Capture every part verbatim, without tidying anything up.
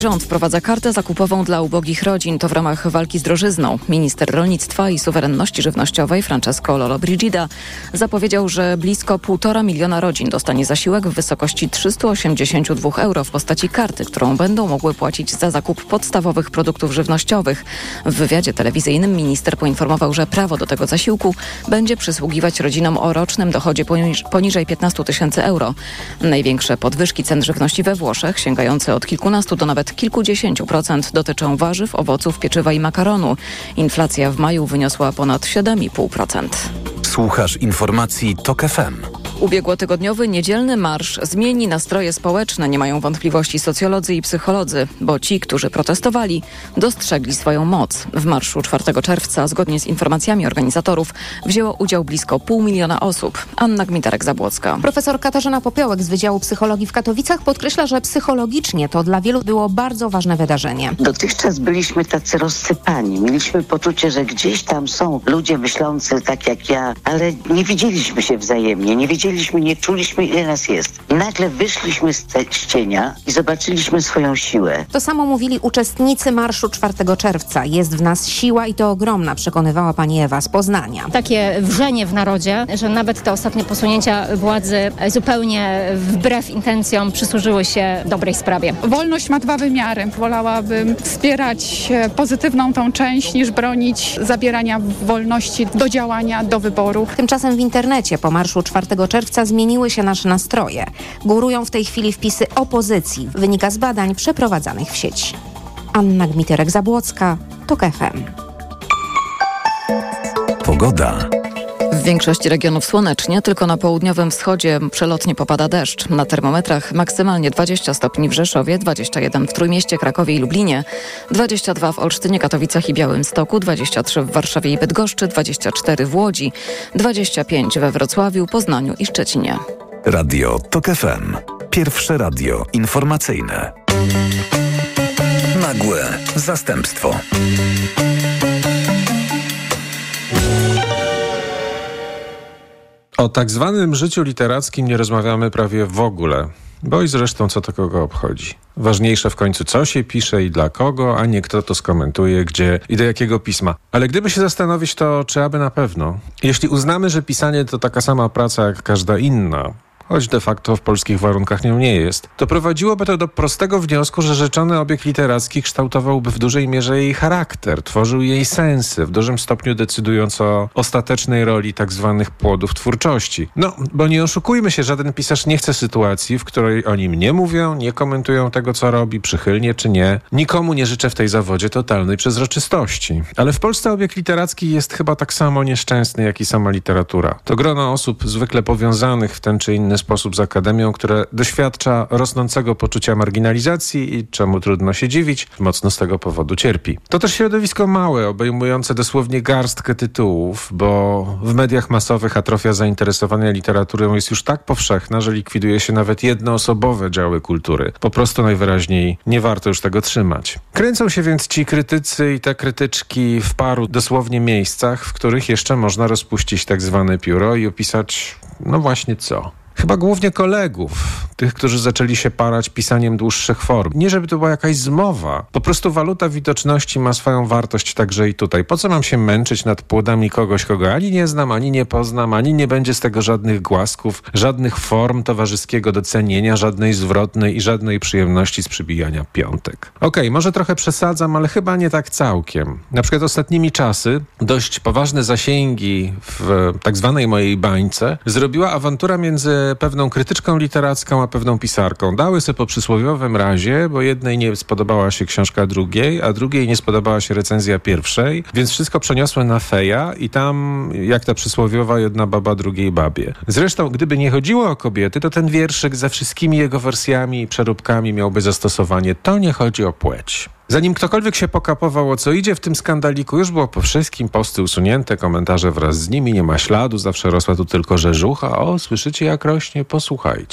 Rząd wprowadza kartę zakupową dla ubogich rodzin. To w ramach walki z drożyzną. Minister rolnictwa i suwerenności żywnościowej Francesco Lollobrigida zapowiedział, że blisko półtora miliona rodzin dostanie zasiłek w wysokości trzysta osiemdziesiąt dwa euro w postaci karty, którą będą mogły płacić za zakup podstawowych produktów żywnościowych. W wywiadzie telewizyjnym minister poinformował, że prawo do tego zasiłku będzie przysługiwać rodzinom o rocznym dochodzie poniż, poniżej piętnaście tysięcy euro. Największe podwyżki cen żywności we Włoszech, sięgające od kilkunastu do nawet kilkudziesięciu procent, dotyczą warzyw, owoców, pieczywa i makaronu. Inflacja w maju wyniosła ponad siedem i pół procent. Słuchasz informacji TOK F M. Ubiegłotygodniowy niedzielny marsz zmieni nastroje społeczne, nie mają wątpliwości socjolodzy i psycholodzy, bo ci, którzy protestowali, dostrzegli swoją moc. W marszu czwartego czerwca, zgodnie z informacjami organizatorów, wzięło udział blisko pół miliona osób. Anna Gmiterek-Zabłocka. Profesor Katarzyna Popiołek z Wydziału Psychologii w Katowicach podkreśla, że psychologicznie to dla wielu było bardzo ważne wydarzenie. Dotychczas byliśmy tacy rozsypani. Mieliśmy poczucie, że gdzieś tam są ludzie myślący tak jak ja, ale nie widzieliśmy się wzajemnie, nie wiedzieliśmy, nie czuliśmy, ile nas jest. I nagle wyszliśmy z, te, z cienia i zobaczyliśmy swoją siłę. To samo mówili uczestnicy marszu czwartego czerwca. Jest w nas siła i to ogromna, przekonywała pani Ewa z Poznania. Takie wrzenie w narodzie, że nawet te ostatnie posunięcia władzy zupełnie wbrew intencjom przysłużyły się dobrej sprawie. Wolność ma dwa wymiary. Wolałabym wspierać pozytywną tą część, niż bronić zabierania wolności do działania, do wyboru. Tymczasem w internecie po marszu czwartego czerwca zmieniły się nasze nastroje. Górują w tej chwili wpisy opozycji. Wynika z badań przeprowadzanych w sieci. Anna Gmiterek-Zabłocka, TOK F M. Pogoda. W większości regionów słonecznie, tylko na południowym wschodzie przelotnie popada deszcz. Na termometrach maksymalnie dwadzieścia stopni w Rzeszowie, dwadzieścia jeden w Trójmieście, Krakowie i Lublinie, dwadzieścia dwa w Olsztynie, Katowicach i Białymstoku, dwadzieścia trzy w Warszawie i Bydgoszczy, dwadzieścia cztery w Łodzi, dwadzieścia pięć we Wrocławiu, Poznaniu i Szczecinie. Radio TOK F M. Pierwsze radio informacyjne. Nagłe zastępstwo. O tak zwanym życiu literackim nie rozmawiamy prawie w ogóle, bo i zresztą co to kogo obchodzi. Ważniejsze w końcu co się pisze i dla kogo, a nie kto to skomentuje, gdzie i do jakiego pisma. Ale gdyby się zastanowić, to czy aby na pewno? Jeśli uznamy, że pisanie to taka sama praca jak każda inna, choć de facto w polskich warunkach nią nie jest, to prowadziłoby to do prostego wniosku, że rzeczony obiekt literacki kształtowałby w dużej mierze jej charakter, tworzył jej sensy, w dużym stopniu decydując o ostatecznej roli tak zwanych płodów twórczości. No, bo nie oszukujmy się, żaden pisarz nie chce sytuacji, w której o nim nie mówią, nie komentują tego, co robi, przychylnie czy nie. Nikomu nie życzę w tej zawodzie totalnej przezroczystości. Ale w Polsce obiekt literacki jest chyba tak samo nieszczęsny, jak i sama literatura. To grono osób zwykle powiązanych w ten czy inny sposób z akademią, które doświadcza rosnącego poczucia marginalizacji i, czemu trudno się dziwić, mocno z tego powodu cierpi. To też środowisko małe, obejmujące dosłownie garstkę tytułów, bo w mediach masowych atrofia zainteresowania literaturą jest już tak powszechna, że likwiduje się nawet jednoosobowe działy kultury. Po prostu najwyraźniej nie warto już tego trzymać. Kręcą się więc ci krytycy i te krytyczki w paru dosłownie miejscach, w których jeszcze można rozpuścić tak zwane pióro i opisać, no właśnie co. Chyba głównie kolegów, tych, którzy zaczęli się parać pisaniem dłuższych form. Nie żeby to była jakaś zmowa. Po prostu waluta widoczności ma swoją wartość także i tutaj. Po co mam się męczyć nad płodami kogoś, kogo ani nie znam, ani nie poznam, ani nie będzie z tego żadnych głasków, żadnych form towarzyskiego docenienia, żadnej zwrotnej i żadnej przyjemności z przybijania piątek. Okej, okay, może trochę przesadzam, ale chyba nie tak całkiem. Na przykład ostatnimi czasy dość poważne zasięgi w tak zwanej mojej bańce zrobiła awantura między pewną krytyczką literacką, a pewną pisarką. Dały sobie po przysłowiowym razie, bo jednej nie spodobała się książka drugiej, a drugiej nie spodobała się recenzja pierwszej, więc wszystko przeniosłem na Feja i tam, jak ta przysłowiowa, jedna baba drugiej babie. Zresztą, gdyby nie chodziło o kobiety, to ten wierszyk ze wszystkimi jego wersjami i przeróbkami miałby zastosowanie. To nie chodzi o płeć. Zanim ktokolwiek się pokapował, o co idzie w tym skandaliku, już było po wszystkim, posty usunięte, komentarze wraz z nimi, nie ma śladu, zawsze rosła tu tylko rzeżucha. O, słyszycie jak rośnie? Posłuchajcie.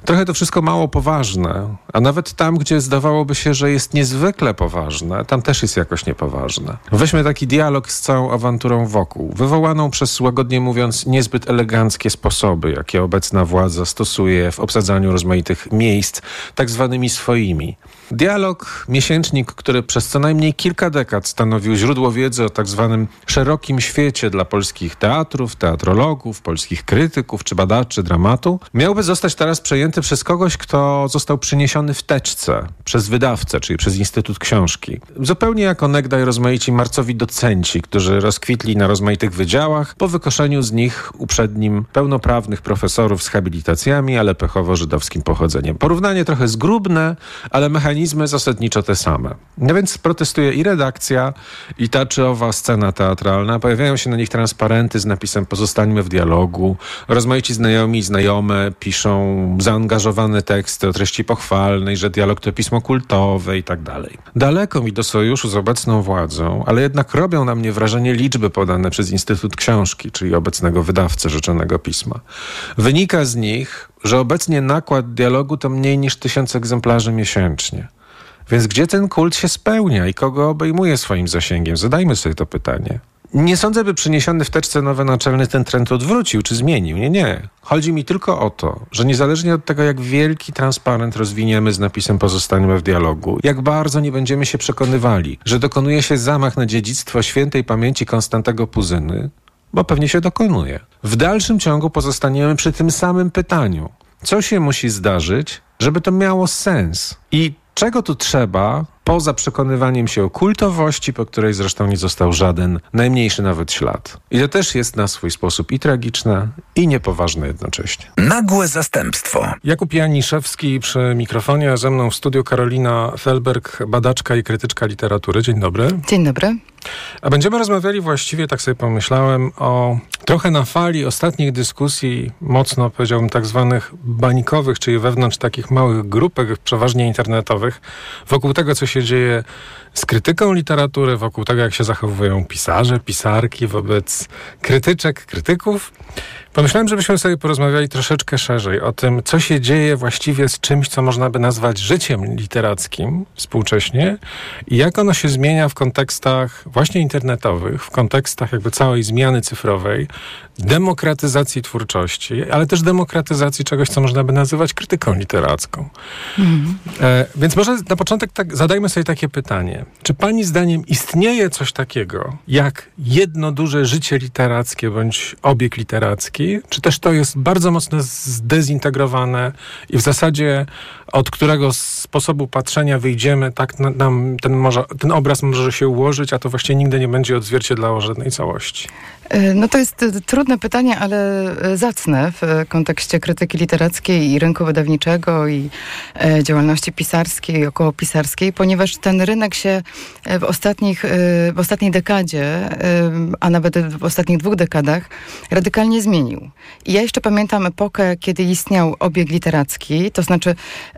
Trochę to wszystko mało poważne, a nawet tam, gdzie zdawałoby się, że jest niezwykle poważne, tam też jest jakoś niepoważne. Weźmy taki dialog z całą awanturą wokół, wywołaną przez, łagodnie mówiąc, niezbyt eleganckie sposoby, jakie obecna władza stosuje w obsadzaniu rozmaitych miejsc, tak zwanymi swoimi. Dialog, miesięcznik, który przez co najmniej kilka dekad stanowił źródło wiedzy o tak zwanym szerokim świecie dla polskich teatrów, teatrologów, polskich krytyków czy badaczy dramatu, miałby zostać teraz przejęty przez kogoś, kto został przyniesiony w teczce przez wydawcę, czyli przez Instytut Książki. Zupełnie jak onegdaj rozmaici marcowi docenci, którzy rozkwitli na rozmaitych wydziałach, po wykoszeniu z nich uprzednim pełnoprawnych profesorów z habilitacjami, ale pechowo-żydowskim pochodzeniem. Porównanie trochę zgrubne, ale mechanizmy zasadniczo te same. No więc protestuje i redakcja, i ta czy owa scena teatralna. Pojawiają się na nich transparenty z napisem "Pozostańmy w dialogu". Rozmaici znajomi i znajome piszą zaangażowane teksty o treści pochwalnej, że dialog to pismo kultowe i tak dalej. Daleko mi do sojuszu z obecną władzą, ale jednak robią na mnie wrażenie liczby podane przez Instytut Książki, czyli obecnego wydawcę rzeczonego pisma. Wynika z nich, że obecnie nakład dialogu to mniej niż tysiąc egzemplarzy miesięcznie. Więc gdzie ten kult się spełnia i kogo obejmuje swoim zasięgiem? Zadajmy sobie to pytanie. Nie sądzę, by przyniesiony w teczce nowy naczelny ten trend odwrócił czy zmienił. Nie, nie. Chodzi mi tylko o to, że niezależnie od tego, jak wielki transparent rozwiniemy z napisem "Pozostańmy w dialogu", jak bardzo nie będziemy się przekonywali, że dokonuje się zamach na dziedzictwo świętej pamięci Konstantego Puzyny, bo pewnie się dokonuje. W dalszym ciągu pozostaniemy przy tym samym pytaniu. Co się musi zdarzyć, żeby to miało sens? I czego tu trzeba, poza przekonywaniem się o kultowości, po której zresztą nie został żaden, najmniejszy nawet ślad. I to też jest na swój sposób i tragiczne, i niepoważne jednocześnie. Nagłe zastępstwo. Jakub Janiszewski przy mikrofonie, a ze mną w studiu Karolina Felberg, badaczka i krytyczka literatury. Dzień dobry. Dzień dobry. A będziemy rozmawiali właściwie, tak sobie pomyślałem, o trochę na fali ostatnich dyskusji, mocno powiedziałbym tak zwanych bańkowych, czyli wewnątrz takich małych grupek, przeważnie internetowych, wokół tego, co się dzieje z krytyką literatury, wokół tego, jak się zachowują pisarze, pisarki wobec krytyczek, krytyków. Pomyślałem, żebyśmy sobie porozmawiali troszeczkę szerzej o tym, co się dzieje właściwie z czymś, co można by nazwać życiem literackim współcześnie i jak ono się zmienia w kontekstach właśnie internetowych, w kontekstach jakby całej zmiany cyfrowej, demokratyzacji twórczości, ale też demokratyzacji czegoś, co można by nazywać krytyką literacką. Mhm. E, więc może na początek tak zadajmy sobie takie pytanie. Czy pani zdaniem istnieje coś takiego jak jedno duże życie literackie bądź obieg literacki? Czy też to jest bardzo mocno zdezintegrowane i w zasadzie od którego sposobu patrzenia wyjdziemy, tak nam ten, może, ten obraz może się ułożyć, a to właściwie nigdy nie będzie odzwierciedlało żadnej całości? No to jest trudne pytanie, ale zacne w kontekście krytyki literackiej i rynku wydawniczego i działalności pisarskiej, okołopisarskiej, ponieważ ten rynek się w ostatnich, w ostatniej dekadzie, a nawet w ostatnich dwóch dekadach radykalnie zmienił. I ja jeszcze pamiętam epokę, kiedy istniał obieg literacki, to znaczy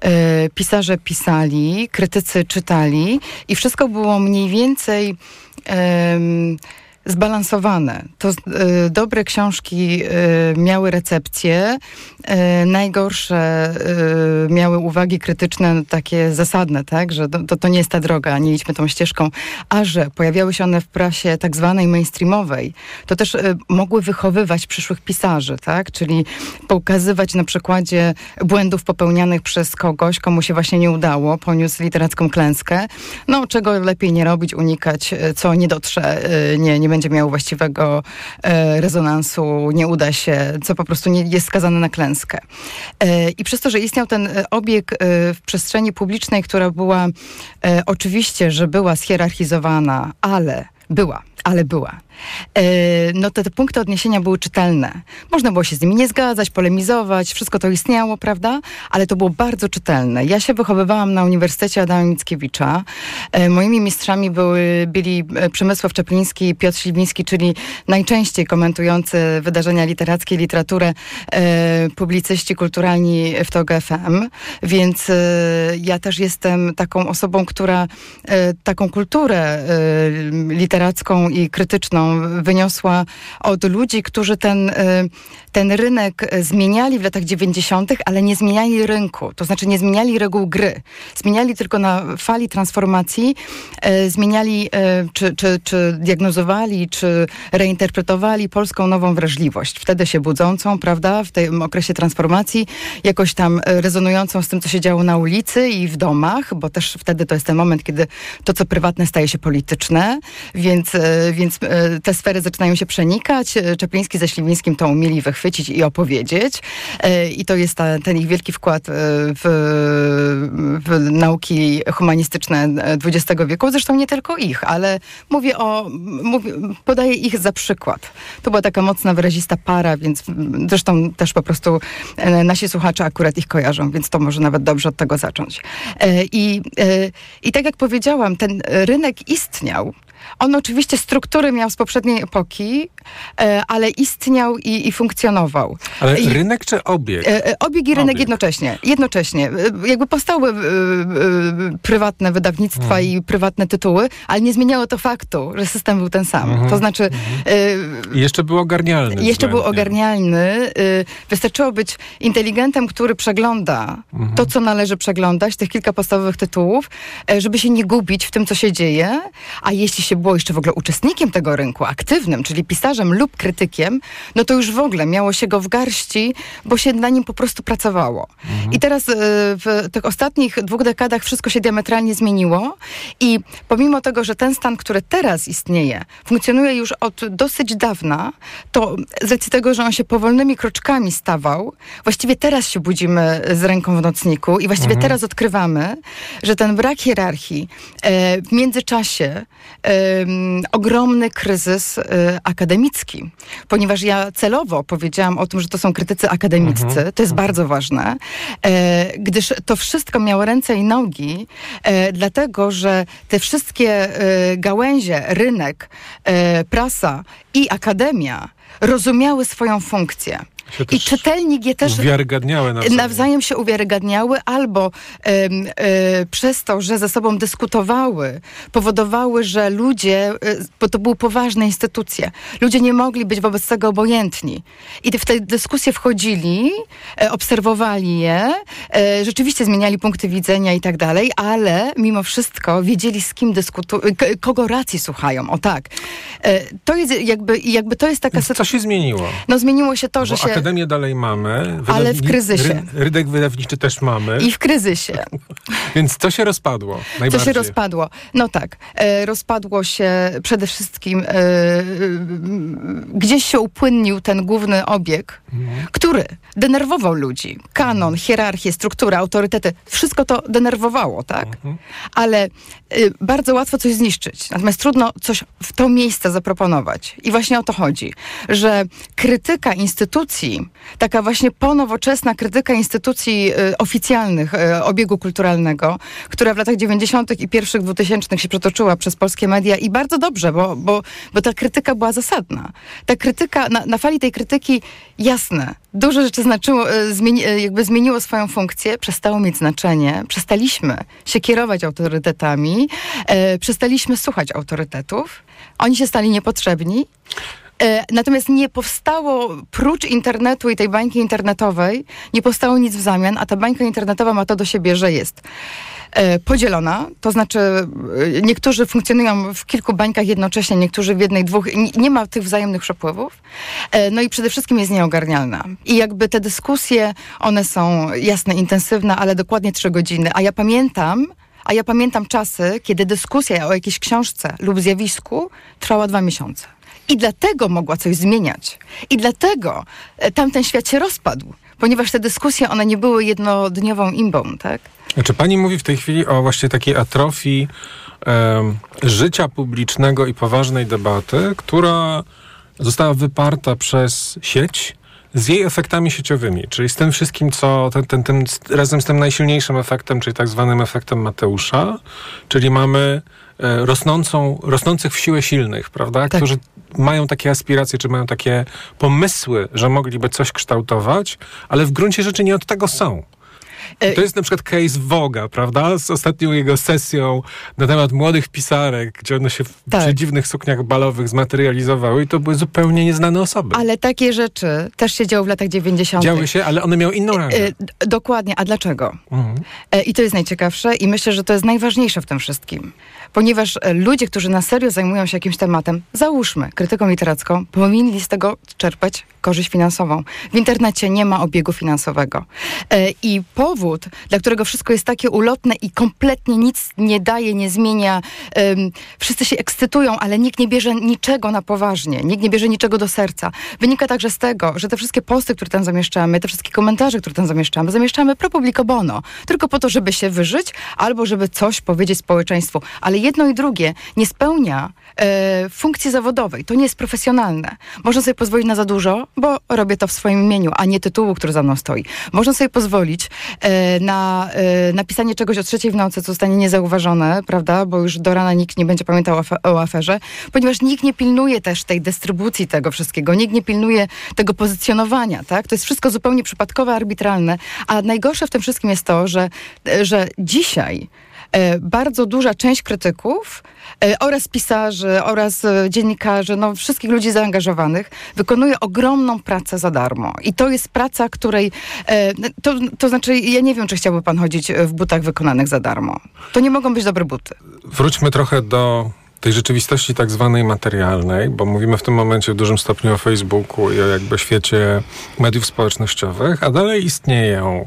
pisarze pisali, krytycy czytali i wszystko było mniej więcej zbalansowane. To y, dobre książki y, miały recepcję, y, najgorsze y, miały uwagi krytyczne, takie zasadne, tak, że to, to nie jest ta droga, nie idźmy tą ścieżką, a że pojawiały się one w prasie tak zwanej mainstreamowej, to też y, mogły wychowywać przyszłych pisarzy, tak, czyli pokazywać na przykładzie błędów popełnianych przez kogoś, komu się właśnie nie udało, poniósł literacką klęskę, no czego lepiej nie robić, unikać, co nie dotrze, y, nie, nie będzie będzie miał właściwego e, rezonansu, nie uda się, co po prostu nie jest skazane na klęskę. E, I przez to, że istniał ten obieg e, w przestrzeni publicznej, która była e, oczywiście, że była schierarchizowana, ale była, ale była. No te, te punkty odniesienia były czytelne. Można było się z nimi nie zgadzać, polemizować, wszystko to istniało, prawda? Ale to było bardzo czytelne. Ja się wychowywałam na Uniwersytecie Adama Mickiewicza. Moimi mistrzami były, byli Przemysław Czepliński i Piotr Śliwiński, czyli najczęściej komentujący wydarzenia literackie, literaturę, publicyści kulturalni w T O G F M. Więc ja też jestem taką osobą, która taką kulturę literacką i krytyczną którą wyniosła od ludzi, którzy ten, ten rynek zmieniali w latach dziewięćdziesiątych, ale nie zmieniali rynku. To znaczy nie zmieniali reguł gry. Zmieniali tylko na fali transformacji, zmieniali, czy, czy, czy diagnozowali, czy reinterpretowali polską nową wrażliwość. Wtedy się budzącą, prawda, w tym okresie transformacji, jakoś tam rezonującą z tym, co się działo na ulicy i w domach, bo też wtedy to jest ten moment, kiedy to, co prywatne, staje się polityczne, więc, więc te sfery zaczynają się przenikać. Czapliński ze Śliwińskim to umieli wychwycić i opowiedzieć. I to jest ta, ten ich wielki wkład w, w nauki humanistyczne dwudziestego wieku. Zresztą nie tylko ich, ale mówię o, mówię, podaję ich za przykład. To była taka mocna, wyrazista para, więc zresztą też po prostu nasi słuchacze akurat ich kojarzą, więc to może nawet dobrze od tego zacząć. I, i tak jak powiedziałam, ten rynek istniał. On oczywiście struktury miał z poprzedniej epoki, ale istniał i, i funkcjonował. Ale I, rynek czy obieg? Obieg i rynek obieg. jednocześnie. Jednocześnie. Jakby powstały y, y, prywatne wydawnictwa mhm. i prywatne tytuły, ale nie zmieniało to faktu, że system był ten sam. Mhm. To znaczy... Mhm. Y, jeszcze był ogarnialny. Jeszcze względnie. był ogarnialny. Y, wystarczyło być inteligentem, który przegląda mhm. to, co należy przeglądać, tych kilka podstawowych tytułów, żeby się nie gubić w tym, co się dzieje, a jeśli się było jeszcze w ogóle uczestnikiem tego rynku, aktywnym, czyli pisarzem lub krytykiem, no to już w ogóle miało się go w garści, bo się na nim po prostu pracowało. Mhm. I teraz y, w tych ostatnich dwóch dekadach wszystko się diametralnie zmieniło i pomimo tego, że ten stan, który teraz istnieje, funkcjonuje już od dosyć dawna, to z racji tego, że on się powolnymi kroczkami stawał, właściwie teraz się budzimy z ręką w nocniku i właściwie mhm. teraz odkrywamy, że ten brak hierarchii e, w międzyczasie e, ogromny kryzys y, akademicki. Ponieważ ja celowo powiedziałam o tym, że to są krytycy akademiccy, mhm. to jest bardzo ważne, e, gdyż to wszystko miało ręce i nogi, e, dlatego, że te wszystkie e, gałęzie, rynek, e, prasa i akademia rozumiały swoją funkcję. I czytelnik je też uwiarygadniały nawzajem. nawzajem się uwiarygadniały albo y, y, przez to, że ze sobą dyskutowały, powodowały, że ludzie, y, bo to były poważne instytucje, ludzie nie mogli być wobec tego obojętni. I w te dyskusje wchodzili, y, obserwowali je, y, rzeczywiście zmieniali punkty widzenia i tak dalej, ale mimo wszystko wiedzieli, z kim dyskutują, kogo racji słuchają. O tak. Y, to jest jakby, jakby to jest taka... Co się zmieniło? No zmieniło się to, bo że się... Akademię dalej mamy. Wydawni... Ale w kryzysie. Ry... Rynek wydawniczy też mamy. I w kryzysie. Więc co się rozpadło najbardziej? Co się rozpadło? No tak. E, rozpadło się przede wszystkim... E, e, gdzieś się upłynnił ten główny obieg, mhm. który denerwował ludzi. Kanon, hierarchię, strukturę, autorytety. Wszystko to denerwowało, tak? Mhm. Ale e, bardzo łatwo coś zniszczyć. Natomiast trudno coś w to miejsce zaproponować. I właśnie o to chodzi. Że krytyka instytucji, taka właśnie ponowoczesna krytyka instytucji y, oficjalnych y, obiegu kulturalnego, która w latach dziewięćdziesiątych i pierwszych dwutysięcznych się przetoczyła przez polskie media i bardzo dobrze, bo, bo, bo ta krytyka była zasadna. Ta krytyka, na, na fali tej krytyki jasne, dużo rzeczy znaczyło, y, zmieni, y, jakby zmieniło swoją funkcję, przestało mieć znaczenie, przestaliśmy się kierować autorytetami, y, przestaliśmy słuchać autorytetów, oni się stali niepotrzebni. Natomiast nie powstało, prócz internetu i tej bańki internetowej, nie powstało nic w zamian, a ta bańka internetowa ma to do siebie, że jest podzielona, to znaczy niektórzy funkcjonują w kilku bańkach jednocześnie, niektórzy w jednej, dwóch, nie ma tych wzajemnych przepływów, no i przede wszystkim jest nieogarnialna. I jakby te dyskusje, one są jasne, intensywne, ale dokładnie trzy godziny, a ja pamiętam, a ja pamiętam czasy, kiedy dyskusja o jakiejś książce lub zjawisku trwała dwa miesiące. I dlatego mogła coś zmieniać. I dlatego tamten świat się rozpadł. Ponieważ te dyskusje, one nie były jednodniową imbą, tak? Znaczy pani mówi w tej chwili o właśnie takiej atrofii e, życia publicznego i poważnej debaty, która została wyparta przez sieć z jej efektami sieciowymi, czyli z tym wszystkim, co ten, ten, ten, razem z tym najsilniejszym efektem, czyli tak zwanym efektem Mateusza, czyli mamy e, rosnącą, rosnących w siłę silnych, prawda? Tak. Którzy mają takie aspiracje, czy mają takie pomysły, że mogliby coś kształtować, ale w gruncie rzeczy nie od tego są. To jest na przykład case Vogue'a, prawda? Z ostatnią jego sesją na temat młodych pisarek, gdzie one się w tak. przy dziwnych sukniach balowych zmaterializowały i to były zupełnie nieznane osoby. Ale takie rzeczy też się działy w latach dziewięćdziesiątych. Działy się, ale one miały inną rangę. E, dokładnie. A dlaczego? Mhm. E, I to jest najciekawsze i myślę, że to jest najważniejsze w tym wszystkim. Ponieważ e, ludzie, którzy na serio zajmują się jakimś tematem, załóżmy, krytyką literacką, powinni z tego czerpać korzyść finansową. W internecie nie ma obiegu finansowego. E, I powód, dla którego wszystko jest takie ulotne i kompletnie nic nie daje, nie zmienia, e, wszyscy się ekscytują, ale nikt nie bierze niczego na poważnie, nikt nie bierze niczego do serca. Wynika także z tego, że te wszystkie posty, które tam zamieszczamy, te wszystkie komentarze, które tam zamieszczamy, zamieszczamy pro publico bono. Tylko po to, żeby się wyżyć, albo żeby coś powiedzieć społeczeństwu. Ale jedno i drugie nie spełnia e, funkcji zawodowej. To nie jest profesjonalne. Można sobie pozwolić na za dużo, bo robię to w swoim imieniu, a nie tytułu, który za mną stoi. Można sobie pozwolić e, na e, napisanie czegoś o trzeciej w nocy, co zostanie niezauważone, prawda, bo już do rana nikt nie będzie pamiętał o, afer- o aferze, ponieważ nikt nie pilnuje też tej dystrybucji tego wszystkiego, nikt nie pilnuje tego pozycjonowania, tak? To jest wszystko zupełnie przypadkowe, arbitralne, a najgorsze w tym wszystkim jest to, że, że dzisiaj e, bardzo duża część krytyków e, oraz pisarzy, oraz e, dziennikarzy, no wszystkich ludzi zaangażowanych wykonuje ogromną pracę za darmo. I to jest praca, której e, to, to znaczy, ja nie wiem, czy chciałby pan chodzić w butach wykonanych za darmo. To nie mogą być dobre buty. Wróćmy trochę do tej rzeczywistości tak zwanej materialnej, bo mówimy w tym momencie w dużym stopniu o Facebooku i o jakby świecie mediów społecznościowych, a dalej istnieją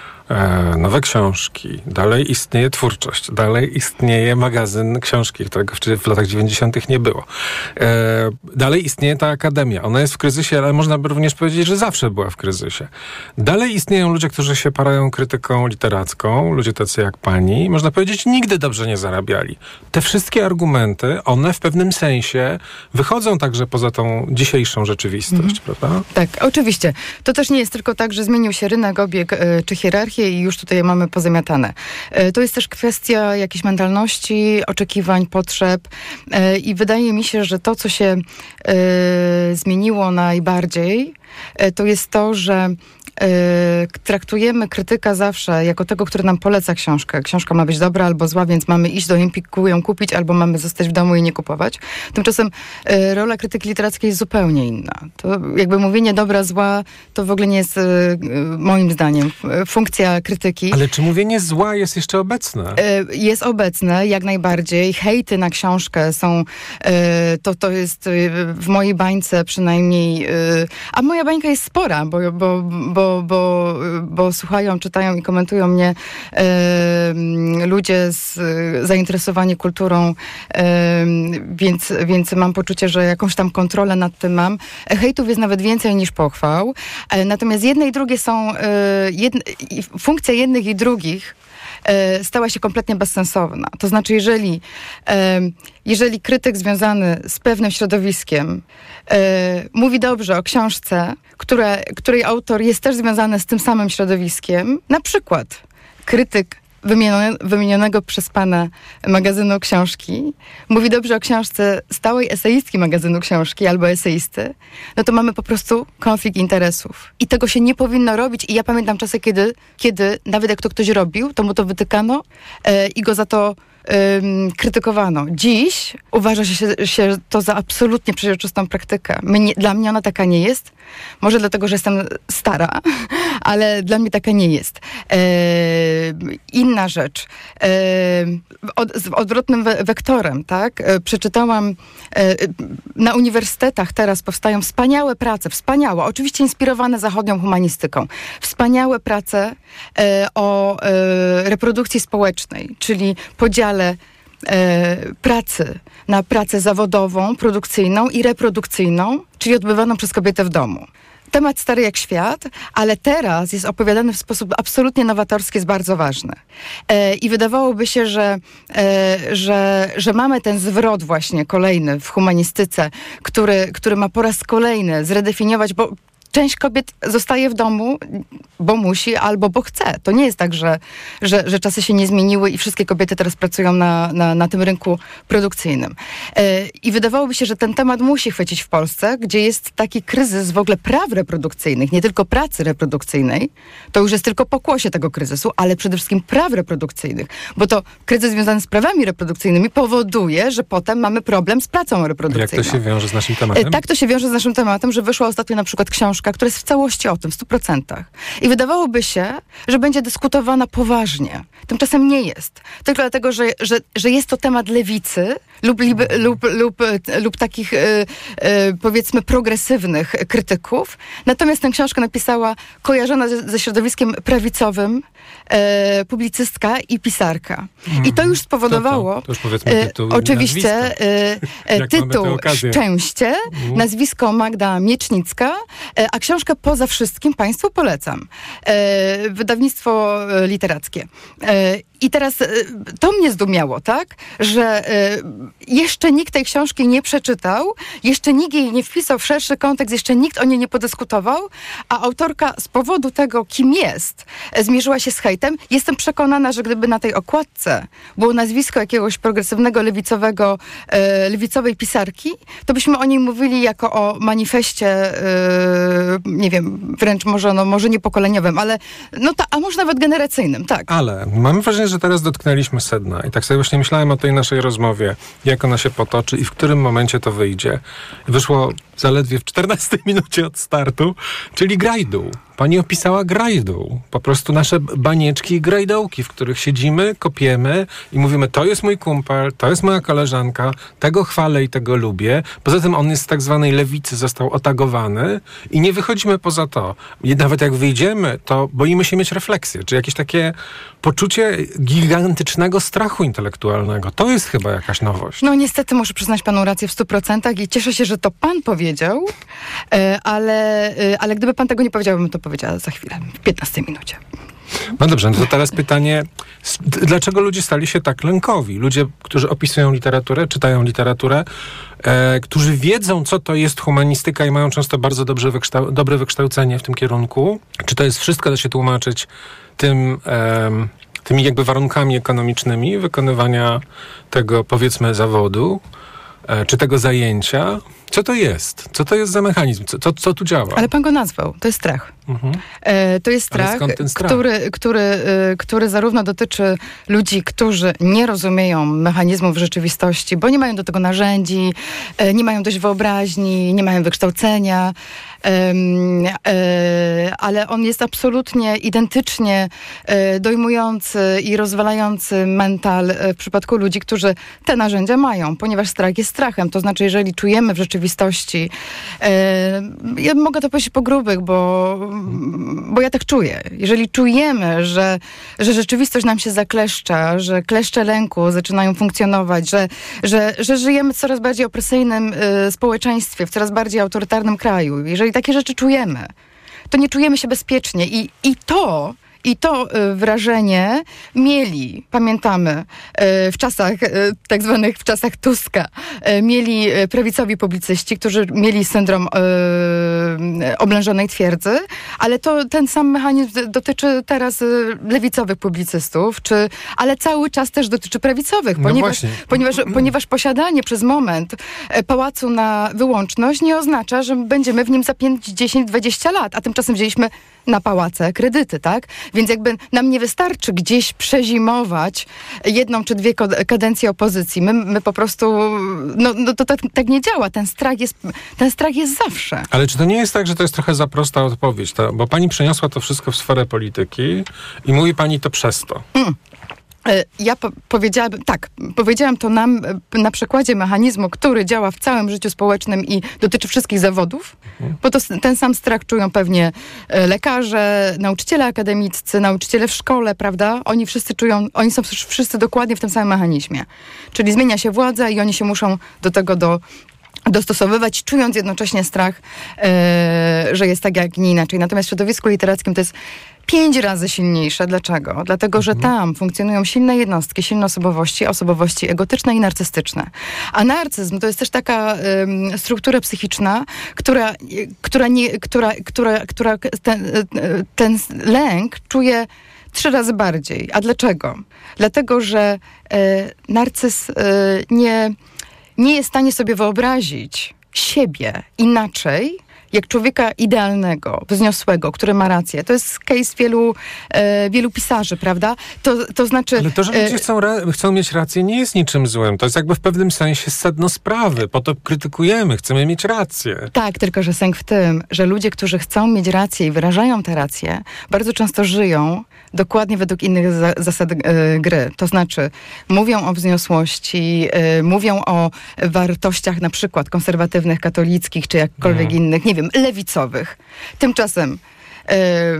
e, nowe książki, dalej istnieje twórczość, dalej istnieje magazyn książki, którego w, w latach dziewięćdziesiątych nie było. E, dalej istnieje ta akademia. Ona jest w kryzysie, ale można by również powiedzieć, że zawsze była w kryzysie. Dalej istnieją ludzie, którzy się parają krytyką literacką, ludzie tacy jak pani, można powiedzieć, nigdy dobrze nie zarabiali. Te wszystkie argumenty, one w pewnym sensie wychodzą także poza tą dzisiejszą rzeczywistość, mhm. prawda? Tak, oczywiście. To też nie jest tylko tak, że zmienił się rynek, obieg y, czy hierarchię i już tutaj mamy pozamiatane. Y, to jest też kwestia jakiejś mentalności, oczekiwań, potrzeb y, i wydaje mi się, że to, co się y, zmieniło najbardziej, y, to jest to, że Yy, traktujemy krytyka zawsze jako tego, który nam poleca książkę. Książka ma być dobra albo zła, więc mamy iść do Empiku, ją kupić, albo mamy zostać w domu i nie kupować. Tymczasem yy, rola krytyki literackiej jest zupełnie inna. To jakby mówienie dobra, zła, to w ogóle nie jest yy, moim zdaniem funkcja krytyki. Ale czy mówienie zła jest jeszcze obecne? Yy, jest obecne, jak najbardziej. Hejty na książkę są, yy, to, to jest yy, w mojej bańce przynajmniej, yy, a moja bańka jest spora, bo, bo, bo Bo, bo, bo słuchają, czytają i komentują mnie e, ludzie z, zainteresowani kulturą, e, więc, więc mam poczucie, że jakąś tam kontrolę nad tym mam. Hejtów jest nawet więcej niż pochwał. E, natomiast jedne i drugie są, e, jedne, funkcja jednych i drugich e, stała się kompletnie bezsensowna. To znaczy, jeżeli, e, jeżeli krytyk związany z pewnym środowiskiem e, mówi dobrze o książce, która, której autor jest też związany z tym samym środowiskiem, na przykład krytyk wymienione, wymienionego przez pana magazynu książki mówi dobrze o książce stałej eseistki magazynu książki albo eseisty, no to mamy po prostu konflikt interesów. I tego się nie powinno robić. I ja pamiętam czasy, kiedy, kiedy nawet jak to ktoś robił, to mu to wytykano e, i go za to Ym, krytykowano. Dziś uważa się, się to za absolutnie przeźroczystą praktykę. My nie, dla mnie ona taka nie jest. Może dlatego, że jestem stara, ale dla mnie taka nie jest. Yy, inna rzecz. Yy, od, z odwrotnym we, wektorem, tak? Yy, przeczytałam yy, na uniwersytetach teraz powstają wspaniałe prace, wspaniałe, oczywiście inspirowane zachodnią humanistyką. Wspaniałe prace yy, o yy, reprodukcji społecznej, czyli podziale E, pracy na pracę zawodową, produkcyjną i reprodukcyjną, czyli odbywaną przez kobietę w domu. Temat stary jak świat, ale teraz jest opowiadany w sposób absolutnie nowatorski, jest bardzo ważny. E, I wydawałoby się, że, e, że, że mamy ten zwrot właśnie kolejny w humanistyce, który, który ma po raz kolejny zredefiniować, bo część kobiet zostaje w domu, bo musi albo bo chce. To nie jest tak, że, że, że czasy się nie zmieniły i wszystkie kobiety teraz pracują na, na, na tym rynku produkcyjnym. I wydawałoby się, że ten temat musi chwycić w Polsce, gdzie jest taki kryzys w ogóle praw reprodukcyjnych, nie tylko pracy reprodukcyjnej, to już jest tylko pokłosie tego kryzysu, ale przede wszystkim praw reprodukcyjnych, bo to kryzys związany z prawami reprodukcyjnymi powoduje, że potem mamy problem z pracą reprodukcyjną. Jak to się wiąże z naszym tematem? Tak to się wiąże z naszym tematem, że wyszła ostatnio na przykład książka, która jest w całości o tym, w stu procentach. I wydawałoby się, że będzie dyskutowana poważnie. Tymczasem nie jest. Tylko dlatego, że, że, że jest to temat lewicy lub, lub, lub, lub, lub takich e, e, powiedzmy progresywnych krytyków. Natomiast tę książkę napisała kojarzona ze, ze środowiskiem prawicowym e, publicystka i pisarka. Mm. I to już spowodowało... To, to. to już powiedzmy tytuł e, Oczywiście e, e, tytuł Szczęście, mm. nazwisko Magda Miecznicka, e, a książkę Poza wszystkim Państwu polecam. E, wydawnictwo literackie. E, I teraz e, to mnie zdumiało, tak? Że e, jeszcze nikt tej książki nie przeczytał, jeszcze nikt jej nie wpisał w szerszy kontekst, jeszcze nikt o niej nie podyskutował, a autorka z powodu tego, kim jest, e, zmierzyła się z hejtem. Jestem przekonana, że gdyby na tej okładce było nazwisko jakiegoś progresywnego, lewicowego, e, lewicowej pisarki, to byśmy o niej mówili jako o manifestie, e, nie wiem, wręcz może, no, może nie pokoleniowym, ale no ta, a może nawet generacyjnym, tak. Ale mam wrażenie, że teraz dotknęliśmy sedna i tak sobie właśnie myślałem o tej naszej rozmowie, jak ona się potoczy i w którym momencie to wyjdzie. Wyszło zaledwie w czternastej minucie od startu, czyli grajdu. Pani opisała grajdu. Po prostu nasze banieczki i grajdołki, w których siedzimy, kopiemy i mówimy, to jest mój kumpel, to jest moja koleżanka, tego chwalę i tego lubię. Poza tym on jest z tak zwanej lewicy, został otagowany i nie wychodzimy poza to. I nawet jak wyjdziemy, to boimy się mieć refleksję, czy jakieś takie poczucie gigantycznego strachu intelektualnego. To jest chyba jakaś nowość. No niestety muszę przyznać panu rację w stu procentach i cieszę się, że to pan powiedział, ale, ale gdyby pan tego nie powiedział, bym to powiedziała za chwilę, w piętnastej minucie. No dobrze, no to teraz pytanie, dlaczego ludzie stali się tak lękowi? Ludzie, którzy opisują literaturę, czytają literaturę, e, którzy wiedzą, co to jest humanistyka i mają często bardzo dobrze wykształ- dobre wykształcenie w tym kierunku. Czy to jest wszystko, da się tłumaczyć tym, e, tymi jakby warunkami ekonomicznymi wykonywania tego, powiedzmy, zawodu, e, czy tego zajęcia? Co to jest? Co to jest za mechanizm? Co, co, co tu działa? Ale pan go nazwał. To jest strach. Mhm. E, to jest strach, strach? Który, który, y, który zarówno dotyczy ludzi, którzy nie rozumieją mechanizmów rzeczywistości, bo nie mają do tego narzędzi, e, nie mają dość wyobraźni, nie mają wykształcenia, e, e, ale on jest absolutnie identycznie e, dojmujący i rozwalający mental e, w przypadku ludzi, którzy te narzędzia mają, ponieważ strach jest strachem. To znaczy, jeżeli czujemy w rzeczywistości e, ja mogę to powiedzieć po grubych, bo bo ja tak czuję. Jeżeli czujemy, że, że rzeczywistość nam się zakleszcza, że kleszcze lęku zaczynają funkcjonować, że, że, że żyjemy w coraz bardziej opresyjnym y, społeczeństwie, w coraz bardziej autorytarnym kraju, jeżeli takie rzeczy czujemy, to nie czujemy się bezpiecznie. I, i to... I to y, wrażenie mieli, pamiętamy, y, w czasach, y, tak zwanych w czasach Tuska, y, mieli y, prawicowi publicyści, którzy mieli syndrom y, oblężonej twierdzy, ale to ten sam mechanizm dotyczy teraz y, lewicowych publicystów, czy, ale cały czas też dotyczy prawicowych, no ponieważ, ponieważ, ponieważ posiadanie przez moment y, pałacu na wyłączność nie oznacza, że będziemy w nim za pięć, dziesięć, dwadzieścia lat, a tymczasem wzięliśmy na pałace kredyty, tak? Więc jakby nam nie wystarczy gdzieś przezimować jedną czy dwie kadencje opozycji. My, my po prostu, no, no to tak, tak nie działa. Ten strach jest, ten strach jest zawsze. Ale czy to nie jest tak, że to jest trochę za prosta odpowiedź? To, bo pani przeniosła to wszystko w sferę polityki i mówi pani to przez to. Mm. Ja po- powiedziałam, tak, powiedziałam to nam na przykładzie mechanizmu, który działa w całym życiu społecznym i dotyczy wszystkich zawodów, mhm. bo to ten sam strach czują pewnie lekarze, nauczyciele akademiccy, nauczyciele w szkole, prawda? Oni wszyscy czują, oni są wszyscy dokładnie w tym samym mechanizmie. Czyli zmienia się władza i oni się muszą do tego do dostosowywać, czując jednocześnie strach, e, że jest tak, jak nie inaczej. Natomiast w środowisku literackim to jest pięć razy silniejsze. Dlaczego? Dlatego, że tam funkcjonują silne jednostki, silne osobowości, osobowości egotyczne i narcystyczne. A narcyzm to jest też taka um, struktura psychiczna, która, która, nie, która, która, która ten, ten lęk czuje trzy razy bardziej. A dlaczego? Dlatego, że e, narcyz e, nie, nie jest w stanie sobie wyobrazić siebie inaczej, jak człowieka idealnego, wzniosłego, który ma rację. To jest case wielu, e, wielu pisarzy, prawda? To, to znaczy... Ale to, że ludzie e, chcą, ra- chcą mieć rację, nie jest niczym złym. To jest jakby w pewnym sensie sedno sprawy. Po to krytykujemy, chcemy mieć rację. Tak, tylko że sęk w tym, że ludzie, którzy chcą mieć rację i wyrażają tę rację, bardzo często żyją dokładnie według innych za- zasad e, gry. To znaczy mówią o wzniosłości, e, mówią o wartościach na przykład konserwatywnych, katolickich, czy jakkolwiek mm. innych, nie wiem, lewicowych. Tymczasem e,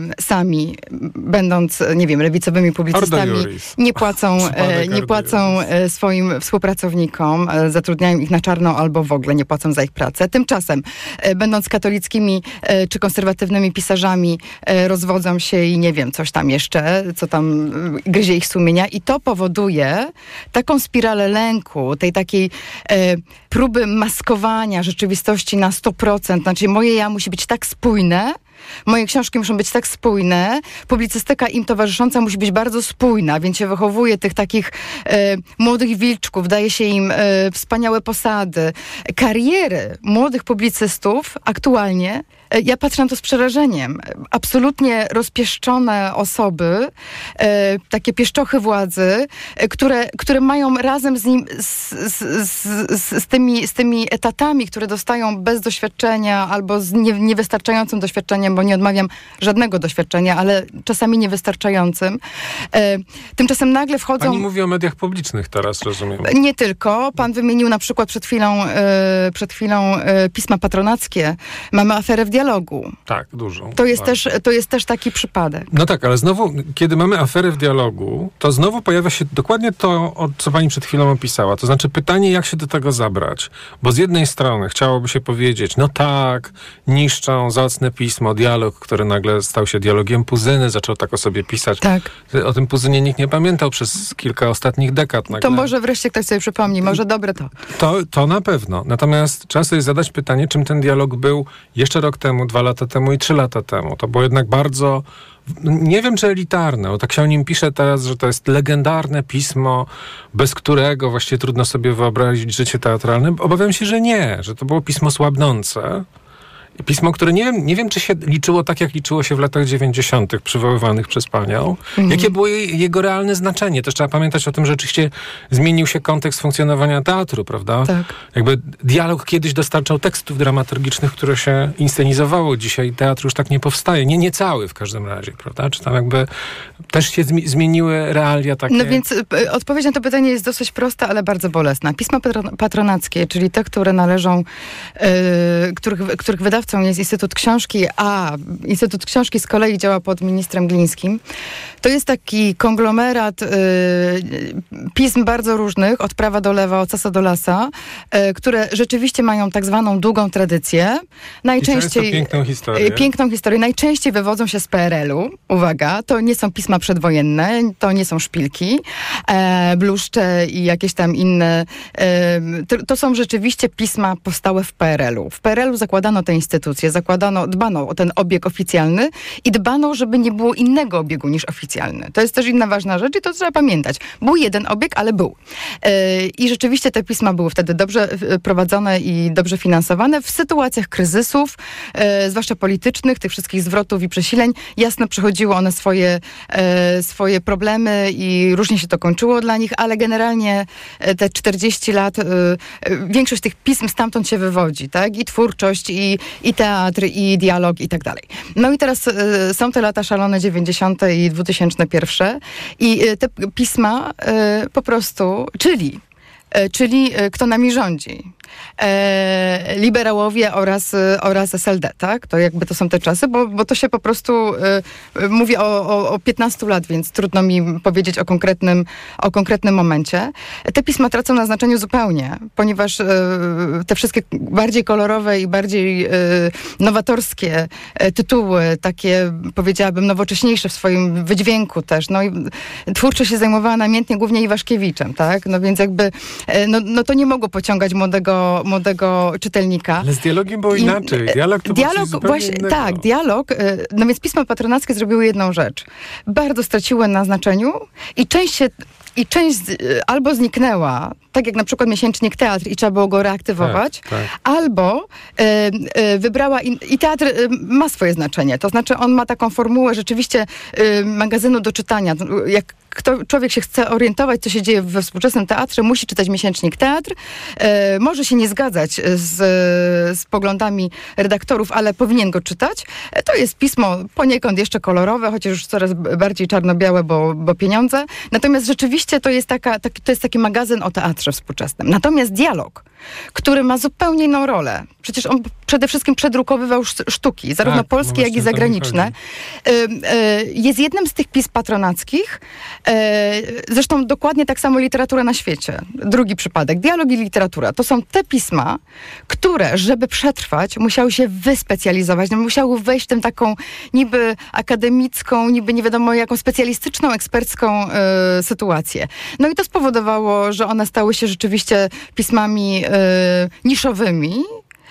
sami, będąc, nie wiem, lewicowymi publicystami, nie płacą, e, nie płacą e, swoim współpracownikom, e, zatrudniają ich na czarno albo w ogóle nie płacą za ich pracę. Tymczasem, e, będąc katolickimi e, czy konserwatywnymi pisarzami, e, rozwodzą się i nie wiem, coś tam jeszcze, co tam e, gryzie ich sumienia i to powoduje taką spiralę lęku, tej takiej e, próby maskowania rzeczywistości na sto procent. Znaczy moje ja musi być tak spójne, moje książki muszą być tak spójne, publicystyka im towarzysząca musi być bardzo spójna, więc się wychowuje tych takich e, młodych wilczków, daje się im e, wspaniałe posady. Kariery młodych publicystów aktualnie, e, ja patrzę na to z przerażeniem. Absolutnie rozpieszczone osoby, e, takie pieszczochy władzy, e, które, które mają razem z nim, z, z, z, z, tymi, z tymi etatami, które dostają bez doświadczenia albo z nie, niewystarczającym doświadczeniem, bo nie odmawiam żadnego doświadczenia, ale czasami niewystarczającym. E, tymczasem nagle wchodzą... Pani mówi o mediach publicznych teraz, rozumiem. Nie tylko. Pan wymienił na przykład przed chwilą, e, przed chwilą e, pisma patronackie. Mamy aferę w Dialogu. Tak, dużo. To jest, też, to jest też taki przypadek. No tak, ale znowu, kiedy mamy aferę w Dialogu, to znowu pojawia się dokładnie to, o co pani przed chwilą opisała. To znaczy pytanie, jak się do tego zabrać. Bo z jednej strony chciałoby się powiedzieć, no tak, niszczą zacne pismo, Dialog, który nagle stał się dialogiem Puzyny, zaczął tak o sobie pisać. Tak. O tym Puzynie nikt nie pamiętał przez kilka ostatnich dekad. Nagle. To może wreszcie ktoś sobie przypomni, może dobre to. to. To na pewno. Natomiast trzeba sobie zadać pytanie, czym ten dialog był jeszcze rok temu, dwa lata temu i trzy lata temu. To było jednak bardzo, nie wiem czy elitarne, bo tak się o nim pisze teraz, że to jest legendarne pismo, bez którego właściwie trudno sobie wyobrazić życie teatralne. Obawiam się, że nie, że to było pismo słabnące. Pismo, które nie wiem, nie wiem, czy się liczyło tak, jak liczyło się w latach dziewięćdziesiątych przywoływanych przez panią. Mhm. Jakie było jej, jego realne znaczenie? Też trzeba pamiętać o tym, że oczywiście zmienił się kontekst funkcjonowania teatru, prawda? Tak. Jakby Dialog kiedyś dostarczał tekstów dramaturgicznych, które się inscenizowało. Dzisiaj teatr już tak nie powstaje. Nie, nie cały w każdym razie, prawda? Czy tam jakby też się zmi- zmieniły realia takie? No więc y, odpowiedź na to pytanie jest dosyć prosta, ale bardzo bolesna. Pisma patron- patronackie, czyli te, które należą, y, których, których wydawcą jest Instytut Książki, a Instytut Książki z kolei działa pod ministrem Glińskim. To jest taki konglomerat y, pism bardzo różnych, od prawa do lewa, od sasa do lasa, y, które rzeczywiście mają tak zwaną długą tradycję. Najczęściej, I piękną historię. Y, piękną historię. Najczęściej wywodzą się z P R L-u. Uwaga, to nie są pisma przedwojenne, to nie są szpilki, e, bluszcze i jakieś tam inne. E, to, to są rzeczywiście pisma powstałe w P R L-u. W P R L-u zakładano te instytucje, zakładano, dbano o ten obieg oficjalny i dbano, żeby nie było innego obiegu niż oficjalny. To jest też inna ważna rzecz i to trzeba pamiętać. Był jeden obieg, ale był. E, I rzeczywiście te pisma były wtedy dobrze prowadzone i dobrze finansowane w sytuacjach kryzysów, e, zwłaszcza politycznych, tych wszystkich zwrotów i przesileń. Jasno przechodziły one swoje, e, swoje problemy i różnie się to kończyło dla nich, ale generalnie te czterdzieści lat, e, większość tych pism stamtąd się wywodzi, tak? I twórczość, i, i teatr, i dialog, i tak dalej. No i teraz e, są te lata szalone dziewięćdziesiąte i dwutysięczne pierwsze i e, te pisma e, po prostu, czyli, e, czyli e, kto nami rządzi. e, liberałowie oraz, oraz S L D, tak? To jakby to są te czasy, bo, bo to się po prostu e, mówi o, o, o piętnastu lat, więc trudno mi powiedzieć o konkretnym, o konkretnym momencie. Te pisma tracą na znaczeniu zupełnie, ponieważ e, te wszystkie bardziej kolorowe i bardziej e, nowatorskie e, tytuły, takie powiedziałabym nowocześniejsze w swoim wydźwięku też, no i twórczo się zajmowała namiętnie głównie Iwaszkiewiczem, tak? No więc jakby, e, no, no to nie mogło pociągać młodego, młodego czytelnika. Ale z dialogiem było inaczej. Dialog to dialog, było coś zupełnie właśnie, innego. Tak, dialog, e, no więc pisma patronackie zrobiły jedną rzecz. Bardzo straciły na znaczeniu i część się I część z, albo zniknęła, tak jak na przykład miesięcznik Teatr i trzeba było go reaktywować, tak, tak. albo y, y, wybrała, in, i teatr y, ma swoje znaczenie, to znaczy on ma taką formułę rzeczywiście y, magazynu do czytania. Jak kto, człowiek się chce orientować, co się dzieje we współczesnym teatrze, musi czytać miesięcznik Teatr, y, może się nie zgadzać z, z poglądami redaktorów, ale powinien go czytać. To jest pismo poniekąd jeszcze kolorowe, chociaż już coraz bardziej czarno-białe, bo, bo pieniądze. Natomiast rzeczywiście to jest, taka, taki, to jest taki magazyn o teatrze współczesnym. Natomiast dialog, który ma zupełnie inną rolę. Przecież on przede wszystkim przedrukowywał sztuki, zarówno tak, polskie, no jak i zagraniczne. Jest jednym z tych pism patronackich. Zresztą dokładnie tak samo literatura na świecie. Drugi przypadek. Dialog i literatura. To są te pisma, które, żeby przetrwać, musiały się wyspecjalizować. Musiały wejść w tę taką niby akademicką, niby nie wiadomo jaką specjalistyczną, ekspercką y, sytuację. No i to spowodowało, że one stały się rzeczywiście pismami y, niszowymi.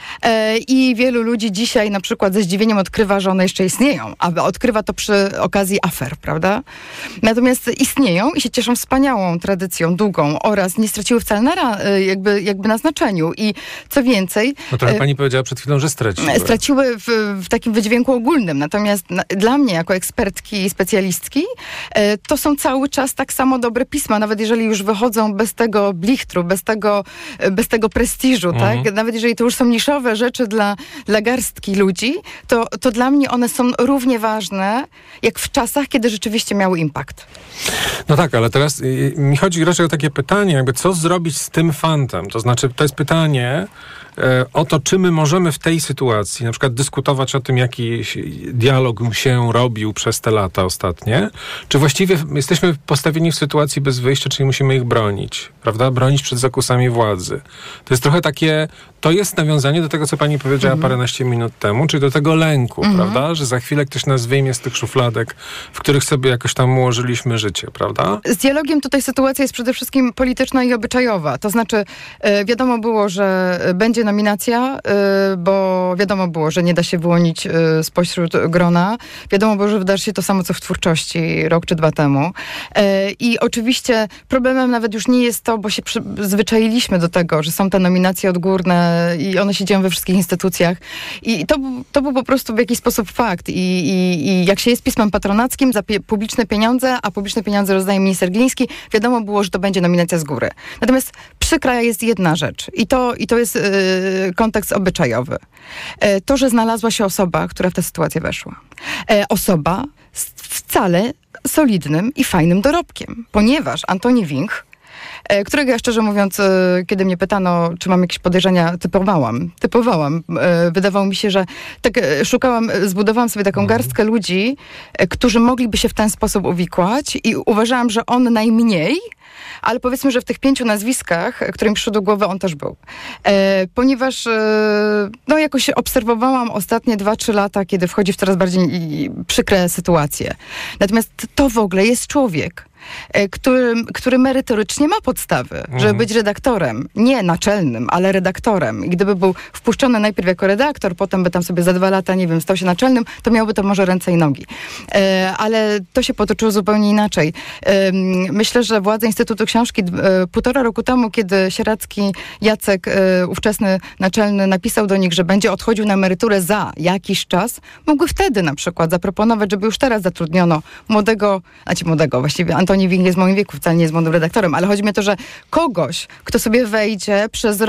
I wielu ludzi dzisiaj na przykład ze zdziwieniem odkrywa, że one jeszcze istnieją, a odkrywa to przy okazji afer, prawda? Natomiast istnieją i się cieszą wspaniałą tradycją, długą oraz nie straciły wcale na, jakby, jakby na znaczeniu. I co więcej... No trochę pani powiedziała przed chwilą, że straciły. Straciły w, w takim wydźwięku ogólnym. Natomiast na, dla mnie, jako ekspertki i specjalistki, to są cały czas tak samo dobre pisma, nawet jeżeli już wychodzą bez tego blichtru, bez tego, bez tego prestiżu, mhm. tak? Nawet jeżeli to już są niszowe rzeczy dla, dla garstki ludzi, to, to dla mnie one są równie ważne, jak w czasach, kiedy rzeczywiście miały impact. No tak, ale teraz y, mi chodzi raczej o takie pytanie, jakby co zrobić z tym fantem? To znaczy, to jest pytanie y, o to, czy my możemy w tej sytuacji na przykład dyskutować o tym, jaki dialog się robił przez te lata ostatnie, czy właściwie jesteśmy postawieni w sytuacji bez wyjścia, czyli musimy ich bronić, prawda? Bronić przed zakusami władzy. To jest trochę takie, to jest nawiązanie do tego, co pani powiedziała mhm. paręnaście minut temu, czyli do tego lęku, mhm. prawda? Że za chwilę ktoś nas wyjmie z tych szufladek, w których sobie jakoś tam ułożyliśmy życie, prawda? Z dialogiem tutaj sytuacja jest przede wszystkim polityczna i obyczajowa. To znaczy, yy, wiadomo było, że będzie nominacja, yy, bo wiadomo było, że nie da się wyłonić yy, spośród grona. Wiadomo było, że wydarzy się to samo, co w twórczości rok czy dwa temu. Yy, I oczywiście problemem nawet już nie jest to, bo się przyzwyczailiśmy do tego, że są te nominacje odgórne i one się dzieją we wszystkich instytucjach. I to, to był po prostu w jakiś sposób fakt. I, i, i jak się jest pismem patronackim za pie- publiczne pieniądze, a publiczne pieniądze rozdaje minister Gliński, wiadomo było, że to będzie nominacja z góry. Natomiast przykra jest jedna rzecz i to, i to jest yy, kontekst obyczajowy. Yy, to, że znalazła się osoba, która w tę sytuację weszła. Yy, osoba z wcale solidnym i fajnym dorobkiem, ponieważ Antoni Winch, którego ja szczerze mówiąc, kiedy mnie pytano, czy mam jakieś podejrzenia, typowałam. Typowałam. Wydawało mi się, że tak szukałam, zbudowałam sobie taką garstkę ludzi, którzy mogliby się w ten sposób uwikłać i uważałam, że on najmniej, ale powiedzmy, że w tych pięciu nazwiskach, które mi przyszły do głowy, on też był. E, ponieważ e, no jakoś obserwowałam ostatnie dwa, trzy lata, kiedy wchodzi w coraz bardziej i, przykre sytuacje. Natomiast to w ogóle jest człowiek, Który, który merytorycznie ma podstawy, mhm. żeby być redaktorem. Nie naczelnym, ale redaktorem. I gdyby był wpuszczony najpierw jako redaktor, potem by tam sobie za dwa lata, nie wiem, stał się naczelnym, to miałby to może ręce i nogi. E, ale to się potoczyło zupełnie inaczej. E, myślę, że władze Instytutu Książki e, półtora roku temu, kiedy Sieradzki Jacek, e, ówczesny naczelny, napisał do nich, że będzie odchodził na emeryturę za jakiś czas, mogły wtedy na przykład zaproponować, żeby już teraz zatrudniono młodego, znaczy młodego, właściwie Antoni Winch jest w moim wieku, wcale nie jest młodym redaktorem, ale chodzi mi o to, że kogoś, kto sobie wejdzie przez rok,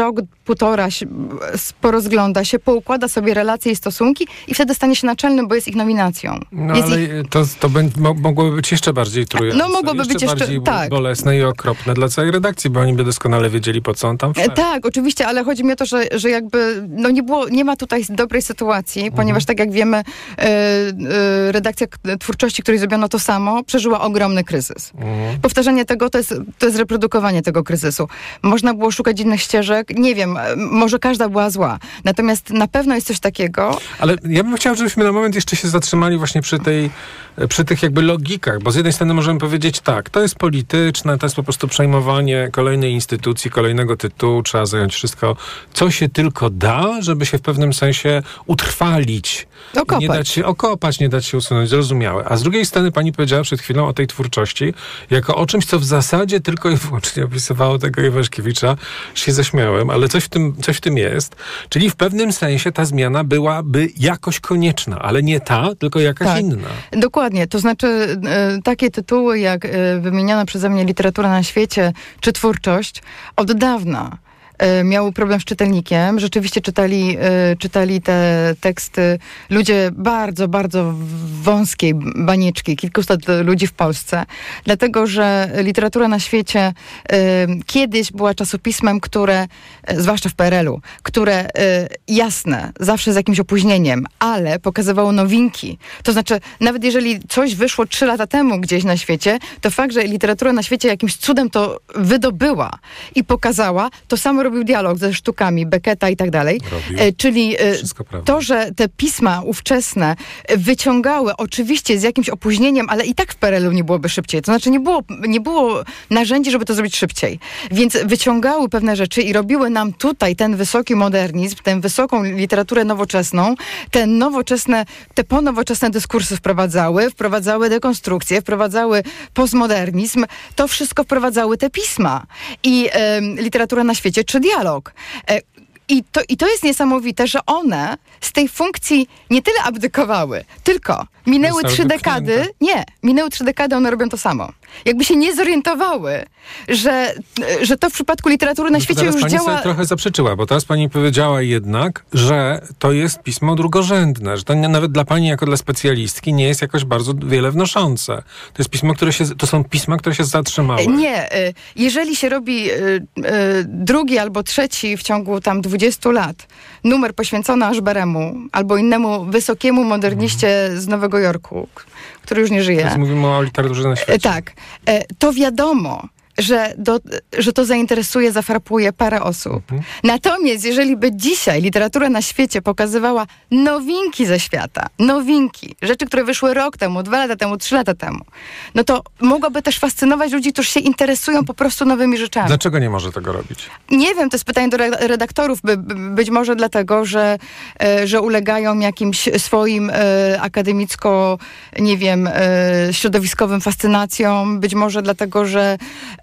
półtora się, porozgląda się, poukłada sobie relacje i stosunki i wtedy stanie się naczelnym, bo jest ich nominacją. No jest ale ich... to, to be, mogłoby być jeszcze bardziej trujące. No mogłoby jeszcze być jeszcze, bardziej tak. bolesne i okropne dla całej redakcji, bo oni by doskonale wiedzieli, po co on tam wszedł. E, tak, oczywiście, ale chodzi mi o to, że, że jakby no nie było, nie ma tutaj dobrej sytuacji, mhm. ponieważ tak jak wiemy, e, e, redakcja twórczości, której zrobiono to samo, przeżyła ogromny kryzys. Mhm. Powtarzanie tego to jest, to jest reprodukowanie tego kryzysu. Można było szukać innych ścieżek, nie wiem, może każda była zła. Natomiast na pewno jest coś takiego. Ale ja bym chciał, żebyśmy na moment jeszcze się zatrzymali właśnie przy tej, przy tych jakby logikach, bo z jednej strony możemy powiedzieć tak, to jest polityczne, to jest po prostu przejmowanie kolejnej instytucji, kolejnego tytułu, trzeba zająć wszystko, co się tylko da, żeby się w pewnym sensie utrwalić. Okopać. Nie dać się okopać, nie dać się usunąć, zrozumiałe. A z drugiej strony pani powiedziała przed chwilą o tej twórczości, jako o czymś, co w zasadzie tylko i wyłącznie opisywało tego Iwaszkiewicza, się zaśmiałem, ale coś w tym, coś w tym jest. Czyli w pewnym sensie ta zmiana byłaby jakoś konieczna, ale nie ta, tylko jakaś tak, inna. Dokładnie. To znaczy e, takie tytuły jak e, wymieniana przeze mnie Literatura na świecie czy Twórczość od dawna miały problem z czytelnikiem. Rzeczywiście czytali, czytali te teksty ludzie bardzo, bardzo wąskiej banieczki, kilkuset ludzi w Polsce. Dlatego, że literatura na świecie kiedyś była czasopismem, które, zwłaszcza w P R L-u, które jasne, zawsze z jakimś opóźnieniem, ale pokazywało nowinki. To znaczy, nawet jeżeli coś wyszło trzy lata temu gdzieś na świecie, to fakt, że literatura na świecie jakimś cudem to wydobyła i pokazała, to samo robił dialog ze sztukami Becketa i tak dalej. E, czyli e, to, że te pisma ówczesne wyciągały oczywiście z jakimś opóźnieniem, ale i tak w P R L-u nie byłoby szybciej. To znaczy nie było, nie było narzędzi, żeby to zrobić szybciej. Więc wyciągały pewne rzeczy i robiły nam tutaj ten wysoki modernizm, tę wysoką literaturę nowoczesną, te nowoczesne, te ponowoczesne dyskursy wprowadzały, wprowadzały dekonstrukcję, wprowadzały postmodernizm. To wszystko wprowadzały te pisma. I e, literatura na świecie, czy dialog. E, I to, I to jest niesamowite, że one z tej funkcji nie tyle abdykowały, tylko minęły trzy dekady. Nie, minęły trzy dekady, one robią to samo. Jakby się nie zorientowały, że, że to w przypadku literatury na no świecie już pani działa... sobie trochę zaprzeczyła, bo teraz pani powiedziała jednak, że to jest pismo drugorzędne, że to nie, nawet dla pani jako dla specjalistki nie jest jakoś bardzo wiele wnoszące. To jest pismo, które się, to są pisma, które się zatrzymały. Nie. Jeżeli się robi drugi albo trzeci w ciągu tam dwudziestu lat numer poświęcony Ashberemu albo innemu wysokiemu moderniście mhm. z Nowego Jorku, który już nie żyje. Teraz mówimy o literaturze na świecie. Tak. To wiadomo, że, do, że to zainteresuje, zafrapuje parę osób. Mhm. Natomiast jeżeli by dzisiaj literatura na świecie pokazywała nowinki ze świata, nowinki, rzeczy, które wyszły rok temu, dwa lata temu, trzy lata temu, no to mogłoby też fascynować ludzi, którzy się interesują po prostu nowymi rzeczami. Dlaczego nie może tego robić? Nie wiem, to jest pytanie do redaktorów. By, by, być może dlatego, że, e, że ulegają jakimś swoim e, akademicko, nie wiem, e, środowiskowym fascynacjom. Być może dlatego, że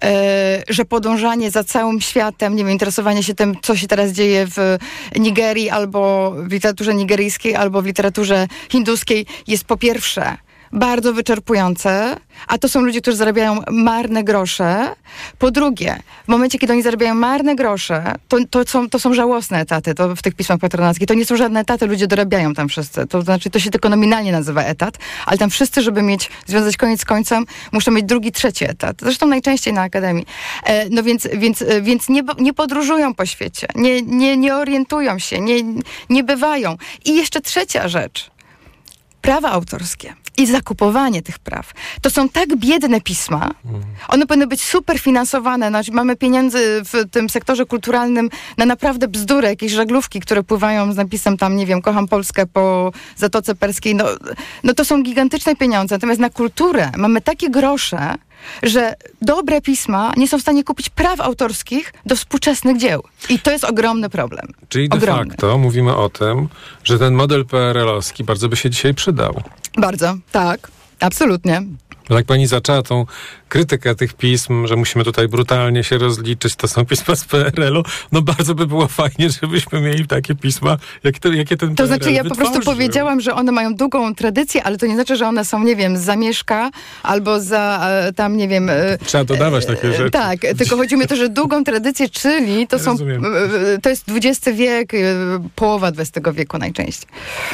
że podążanie za całym światem, nie wiem, interesowanie się tym, co się teraz dzieje w Nigerii, albo w literaturze nigeryjskiej, albo w literaturze hinduskiej, jest po pierwsze bardzo wyczerpujące, a to są ludzie, którzy zarabiają marne grosze. Po drugie, w momencie, kiedy oni zarabiają marne grosze, to, to, są, to są żałosne etaty to w tych pismach patronackich. To nie są żadne etaty, ludzie dorabiają tam wszyscy. To znaczy, to się tylko nominalnie nazywa etat, ale tam wszyscy, żeby mieć, związać koniec z końcem, muszą mieć drugi, trzeci etat. Zresztą najczęściej na akademii. E, no więc, więc, więc nie, nie podróżują po świecie, nie, nie, nie orientują się, nie, nie bywają. I jeszcze trzecia rzecz. Prawa autorskie i zakupowanie tych praw. To są tak biedne pisma. One powinny być super finansowane. Znaczy, mamy pieniędzy w tym sektorze kulturalnym na naprawdę bzdury, jakieś żaglówki, które pływają z napisem tam, nie wiem, kocham Polskę po Zatoce Perskiej. No, no to są gigantyczne pieniądze. Natomiast na kulturę mamy takie grosze, że dobre pisma nie są w stanie kupić praw autorskich do współczesnych dzieł. I to jest ogromny problem. Czyli de ogromny. facto mówimy o tym, że ten model P R L-owski bardzo by się dzisiaj przydał. Bardzo, tak. Absolutnie. Jak pani zaczęła tą krytyka tych pism, że musimy tutaj brutalnie się rozliczyć, to są pisma z P R L u. No bardzo by było fajnie, żebyśmy mieli takie pisma, jak te, jakie ten To P R L znaczy ja wytworzył. po prostu powiedziałam, że one mają długą tradycję, ale to nie znaczy, że one są, nie wiem, z Zamieszka albo za e, tam, nie wiem... E, Trzeba dodawać takie e, rzeczy. Tak, tylko chodzi mi o to, że długą tradycję, czyli to są... Rozumiem. E, to jest dwudziesty wiek, e, połowa dwudziestego wieku najczęściej.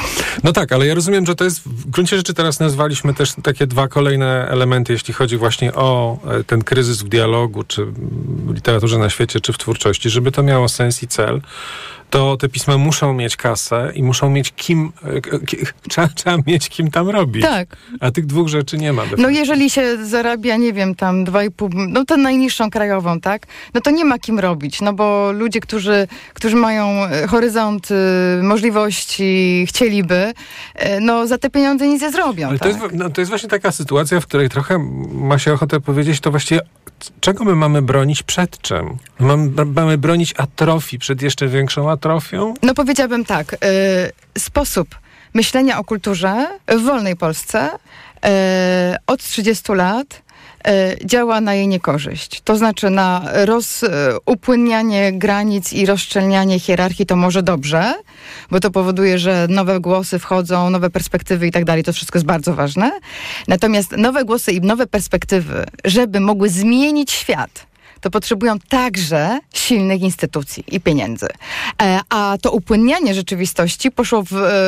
No tak, ale ja rozumiem, że to jest w gruncie rzeczy teraz nazwaliśmy też takie dwa kolejne elementy, jeśli chodzi właśnie o e, ten kryzys w dialogu, czy w literaturze na świecie, czy w twórczości, żeby to miało sens i cel. To te pisma muszą mieć kasę i muszą mieć kim, ki, trzeba, trzeba mieć kim tam robić. Tak. A tych dwóch rzeczy nie ma. No jeżeli się zarabia, nie wiem, tam dwa i pół, no tę najniższą krajową, tak? No to nie ma kim robić, no bo ludzie, którzy, którzy mają horyzont możliwości, chcieliby, no za te pieniądze nic nie zrobią. Ale tak? to, jest, no, to jest właśnie taka sytuacja, w której trochę ma się ochotę powiedzieć, to właściwie czego my mamy bronić przed czym? Mamy, mamy bronić atrofii przed jeszcze większą atrofią? No powiedziałabym tak, y, sposób myślenia o kulturze w wolnej Polsce y, od trzydziestu lat y, działa na jej niekorzyść. To znaczy na rozupłynnianie granic i rozszczelnianie hierarchii to może dobrze, bo to powoduje, że nowe głosy wchodzą, nowe perspektywy i tak dalej. To wszystko jest bardzo ważne. Natomiast nowe głosy i nowe perspektywy, żeby mogły zmienić świat, to potrzebują także silnych instytucji i pieniędzy. E, a to upłynnianie rzeczywistości poszło w, e,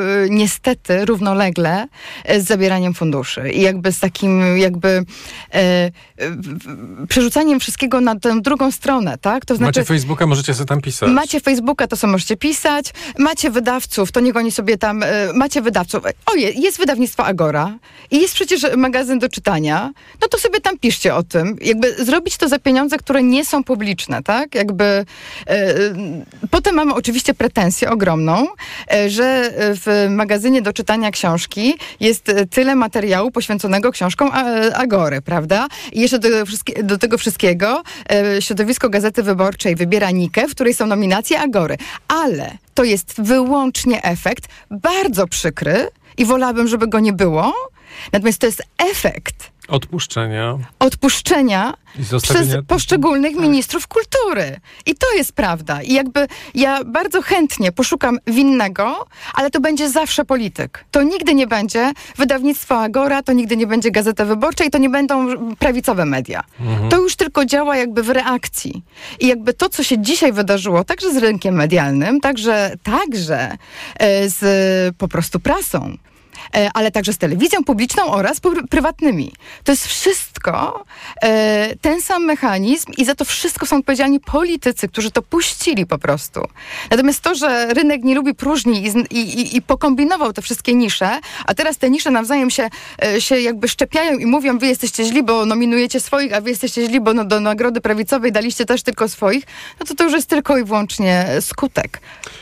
niestety równolegle z zabieraniem funduszy i jakby z takim jakby e, e, przerzucaniem wszystkiego na tę drugą stronę, tak? To znaczy, macie Facebooka, możecie sobie tam pisać. Macie Facebooka, to sobie możecie pisać. Macie wydawców, to niech oni sobie tam... E, macie wydawców. O, jest wydawnictwo Agora i jest przecież magazyn do czytania. No to sobie tam piszcie o tym. Jakby zrobić to za pieniądze, które nie są publiczne, tak? Jakby e, potem mamy oczywiście pretensję ogromną, e, że w magazynie do czytania książki jest tyle materiału poświęconego książkom Agory, prawda? I jeszcze do, do tego wszystkiego e, środowisko Gazety Wyborczej wybiera Nikę, w której są nominacje Agory. Ale to jest wyłącznie efekt bardzo przykry i wolałabym, żeby go nie było. Natomiast to jest efekt Odpuszczenia. Odpuszczenia przez poszczególnych tak. ministrów kultury. I to jest prawda. I jakby ja bardzo chętnie poszukam winnego, ale to będzie zawsze polityk. To nigdy nie będzie wydawnictwo Agora, to nigdy nie będzie Gazeta Wyborcza i to nie będą prawicowe media. Mhm. To już tylko działa jakby w reakcji. I jakby to, co się dzisiaj wydarzyło, także z rynkiem medialnym, także, także z po prostu prasą, ale także z telewizją publiczną oraz prywatnymi. To jest wszystko e, ten sam mechanizm i za to wszystko są odpowiedzialni politycy, którzy to puścili po prostu. Natomiast to, że rynek nie lubi próżni i, i, i pokombinował te wszystkie nisze, a teraz te nisze nawzajem się, e, się jakby szczepiają i mówią, wy jesteście źli, bo nominujecie swoich, a wy jesteście źli, bo no, do nagrody prawicowej daliście też tylko swoich, no to to już jest tylko i wyłącznie skutek.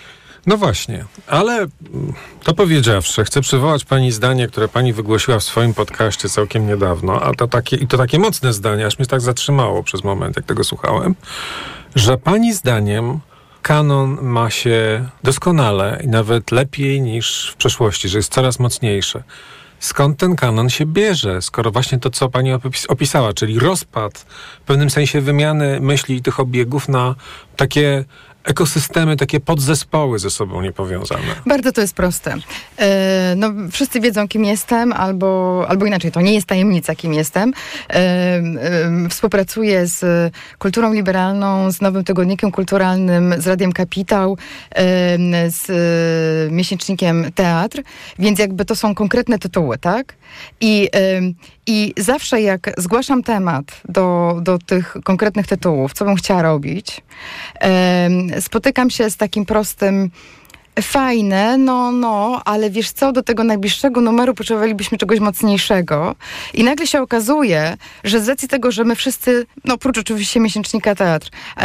No właśnie, ale to powiedziawszy, chcę przywołać pani zdanie, które pani wygłosiła w swoim podcaście całkiem niedawno, a to takie, i to takie mocne zdanie, aż mnie tak zatrzymało przez moment, jak tego słuchałem, że pani zdaniem kanon ma się doskonale i nawet lepiej niż w przeszłości, że jest coraz mocniejszy. Skąd ten kanon się bierze, skoro właśnie to, co pani opis- opisała, czyli rozpad, w pewnym sensie wymiany myśli i tych obiegów na takie ekosystemy, takie podzespoły ze sobą niepowiązane. Bardzo to jest proste. E, no, wszyscy wiedzą, kim jestem, albo, albo inaczej, to nie jest tajemnica, kim jestem. E, e, współpracuję z Kulturą Liberalną, z Nowym Tygodnikiem Kulturalnym, z Radiem Kapitał, e, z e, miesięcznikiem Teatr, więc jakby to są konkretne tytuły, tak? I, e, i zawsze jak zgłaszam temat do, do tych konkretnych tytułów, co bym chciała robić, e, spotykam się z takim prostym, fajne, no, no, ale wiesz co, do tego najbliższego numeru potrzebowalibyśmy czegoś mocniejszego. I nagle się okazuje, że z racji tego, że my wszyscy, no oprócz oczywiście miesięcznika Teatr, e,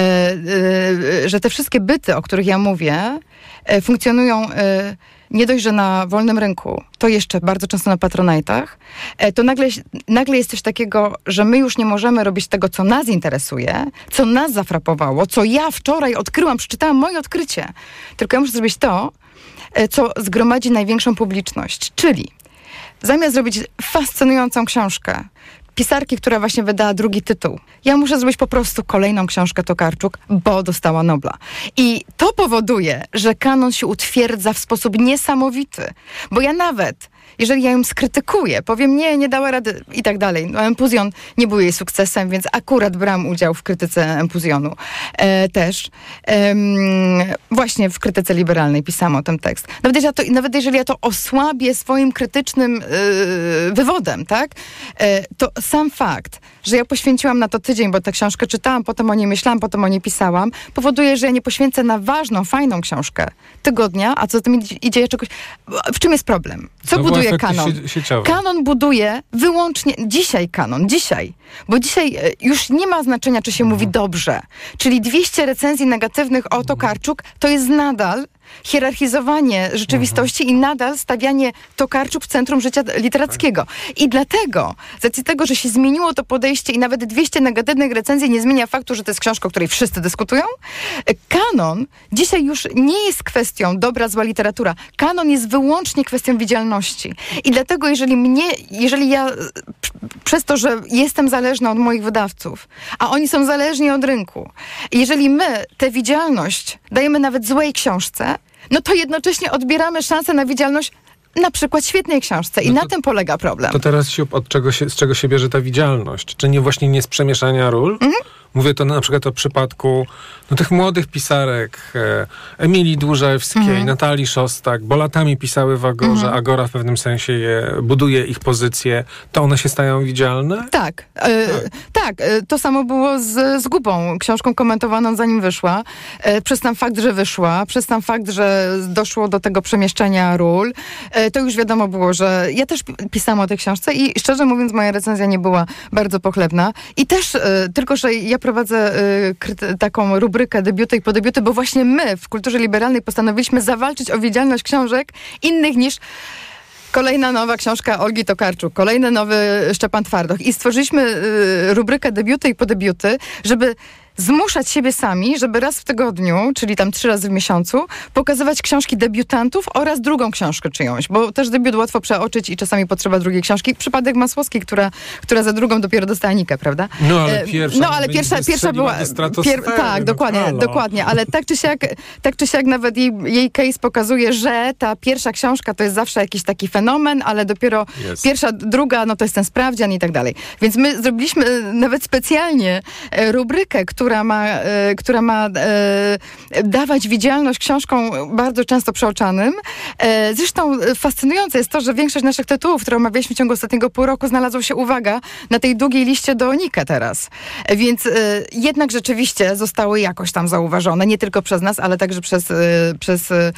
e, że te wszystkie byty, o których ja mówię, e, funkcjonują e, nie dość, że na wolnym rynku, to jeszcze bardzo często na patronajtach, to nagle, nagle jest coś takiego, że my już nie możemy robić tego, co nas interesuje, co nas zafrapowało, co ja wczoraj odkryłam, przeczytałam moje odkrycie. Tylko ja muszę zrobić to, co zgromadzi największą publiczność. Czyli zamiast zrobić fascynującą książkę, pisarki, która właśnie wydała drugi tytuł. Ja muszę zrobić po prostu kolejną książkę Tokarczuk, bo dostała Nobla. I to powoduje, że kanon się utwierdza w sposób niesamowity. Bo ja nawet, jeżeli ja ją skrytykuję, powiem nie, nie dała rady i tak dalej. No, Empuzjon nie był jej sukcesem, więc akurat brałam udział w krytyce Empuzjonu e, też. E, właśnie w krytyce liberalnej pisałam o tym tekst. Nawet jeżeli ja to, nawet jeżeli ja to osłabię swoim krytycznym e, wywodem, tak? E, to sam fakt, że ja poświęciłam na to tydzień, bo tę książkę czytałam, potem o niej myślałam, potem o niej pisałam, powoduje, że ja nie poświęcę na ważną, fajną książkę tygodnia, a co za tym idzie czegoś... W czym jest problem? Co no buduje kanon? Sie- kanon buduje wyłącznie... Dzisiaj kanon, dzisiaj. Bo dzisiaj już nie ma znaczenia, czy się mhm. mówi dobrze. Czyli dwieście recenzji negatywnych o Tokarczuk to jest nadal hierarchizowanie rzeczywistości mhm. i nadal stawianie Tokarczuk w centrum życia literackiego. I dlatego, z racji tego, że się zmieniło to podejście i nawet dwieście negatywnych recenzji nie zmienia faktu, że to jest książka, o której wszyscy dyskutują, kanon dzisiaj już nie jest kwestią dobra, zła literatura. Kanon jest wyłącznie kwestią widzialności. I dlatego, jeżeli mnie, jeżeli ja przez to, że jestem zależna od moich wydawców, a oni są zależni od rynku, jeżeli my tę widzialność dajemy nawet złej książce, no to jednocześnie odbieramy szansę na widzialność na przykład świetnej książce. I no to, na tym polega problem. To teraz się, od czego się, z czego się bierze ta widzialność? Czy nie właśnie nie z przemieszania ról? Mhm. Mówię to na przykład o przypadku no, tych młodych pisarek, e, Emilii Dłużewskiej, mhm. Natalii Szostak, bo latami pisały w Agorze. Mhm. Agora w pewnym sensie je, buduje ich pozycję. To one się stają widzialne? Tak. E, tak. tak. E, to samo było z, z Gubą, książką komentowaną zanim wyszła. E, przez sam fakt, że wyszła, przez sam fakt, że doszło do tego przemieszczenia ról, e, to już wiadomo było, że ja też pisałam o tej książce i szczerze mówiąc moja recenzja nie była bardzo pochlebna. I też, e, tylko że ja prowadzę y, kryty- taką rubrykę debiuty i podebiuty, bo właśnie my w kulturze liberalnej postanowiliśmy zawalczyć o widzialność książek innych niż kolejna nowa książka Olgi Tokarczuk, kolejny nowy Szczepan Twardoch. I stworzyliśmy y, rubrykę debiuty i podebiuty, żeby zmuszać siebie sami, żeby raz w tygodniu, czyli tam trzy razy w miesiącu, pokazywać książki debiutantów oraz drugą książkę czyjąś, bo też debiut łatwo przeoczyć i czasami potrzeba drugiej książki. Przypadek Masłowskiej, która, która za drugą dopiero dostała Nikę, prawda? No ale pierwsza, no, ale pierwsza, pierwsza była... Pier, tak, no, dokładnie, halo. dokładnie, ale tak czy siak, tak czy siak nawet jej, jej case pokazuje, że ta pierwsza książka to jest zawsze jakiś taki fenomen, ale dopiero yes. pierwsza, druga, no to jest ten sprawdzian i tak dalej. Więc my zrobiliśmy nawet specjalnie rubrykę, która która ma, e, która ma e, dawać widzialność książkom bardzo często przeoczanym. E, zresztą fascynujące jest to, że większość naszych tytułów, które omawialiśmy w ciągu ostatniego pół roku, znalazło się, uwaga, na tej długiej liście do Nikę teraz. E, więc e, jednak rzeczywiście zostały jakoś tam zauważone, nie tylko przez nas, ale także przez, e, przez e,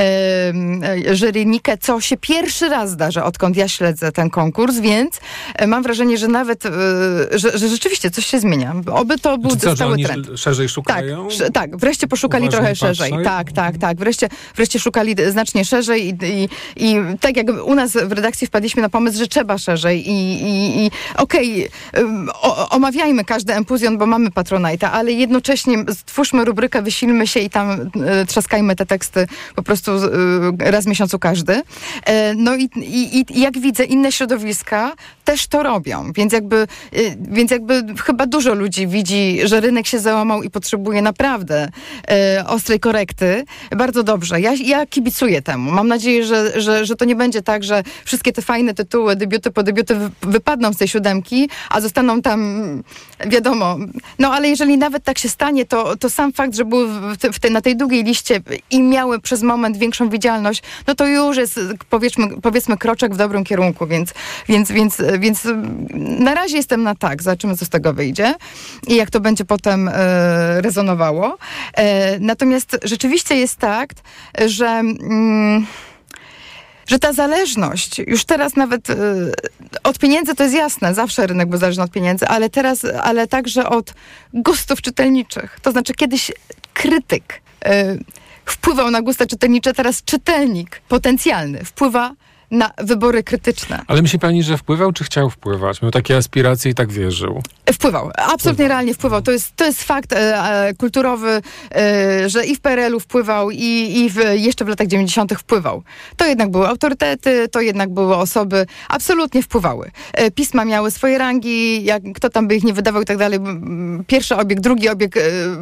e, jury Nikę, co się pierwszy raz zdarza, odkąd ja śledzę ten konkurs, więc e, mam wrażenie, że nawet, e, że, że rzeczywiście coś się zmienia. Oby to był stały trend. Szerzej szukają? Tak, sz, tak, wreszcie poszukali Uważnie trochę szerzej. patrzaj. Tak, tak, tak. Wreszcie, wreszcie szukali znacznie szerzej i, i, i tak jak u nas w redakcji wpadliśmy na pomysł, że trzeba szerzej i, i, i okej, okay, omawiajmy każdy empuzjon, bo mamy Patronite'a, ale jednocześnie stwórzmy rubrykę, wysilmy się i tam y, trzaskajmy te teksty po prostu y, raz w miesiącu każdy. Y, no i, i, i jak widzę, inne środowiska też to robią, więc jakby, y, więc jakby chyba dużo ludzi widzi, że rynek się załamał i potrzebuje naprawdę e, ostrej korekty. Bardzo dobrze. Ja, ja kibicuję temu. Mam nadzieję, że, że, że to nie będzie tak, że wszystkie te fajne tytuły, debiuty po debiuty wypadną z tej siódemki, a zostaną tam, wiadomo. No ale jeżeli nawet tak się stanie, to, to sam fakt, że były w te, w te, na tej długiej liście i miały przez moment większą widzialność, no to już jest, powiedzmy, powiedzmy kroczek w dobrym kierunku, więc, więc, więc, więc na razie jestem na tak. Zobaczymy, co z tego wyjdzie i jak to będzie potem e, rezonowało. E, natomiast rzeczywiście jest tak, że, mm, że ta zależność, już teraz nawet e, od pieniędzy to jest jasne, zawsze rynek był zależny od pieniędzy, ale teraz, ale także od gustów czytelniczych. To znaczy kiedyś krytyk e, wpływał na gusta czytelnicze, teraz czytelnik potencjalny wpływa na wybory krytyczne. Ale myśli pani, że wpływał, czy chciał wpływać? Miał takie aspiracje i tak wierzył. Wpływał, absolutnie wpływał. realnie wpływał. To jest, to jest fakt e, e, kulturowy, e, że i w P R L u wpływał, i, i w, jeszcze w latach dziewięćdziesiątych wpływał. To jednak były autorytety, to jednak były osoby, absolutnie wpływały. E, pisma miały swoje rangi, jak, kto tam by ich nie wydawał i tak dalej. Pierwszy obieg, drugi obieg. E,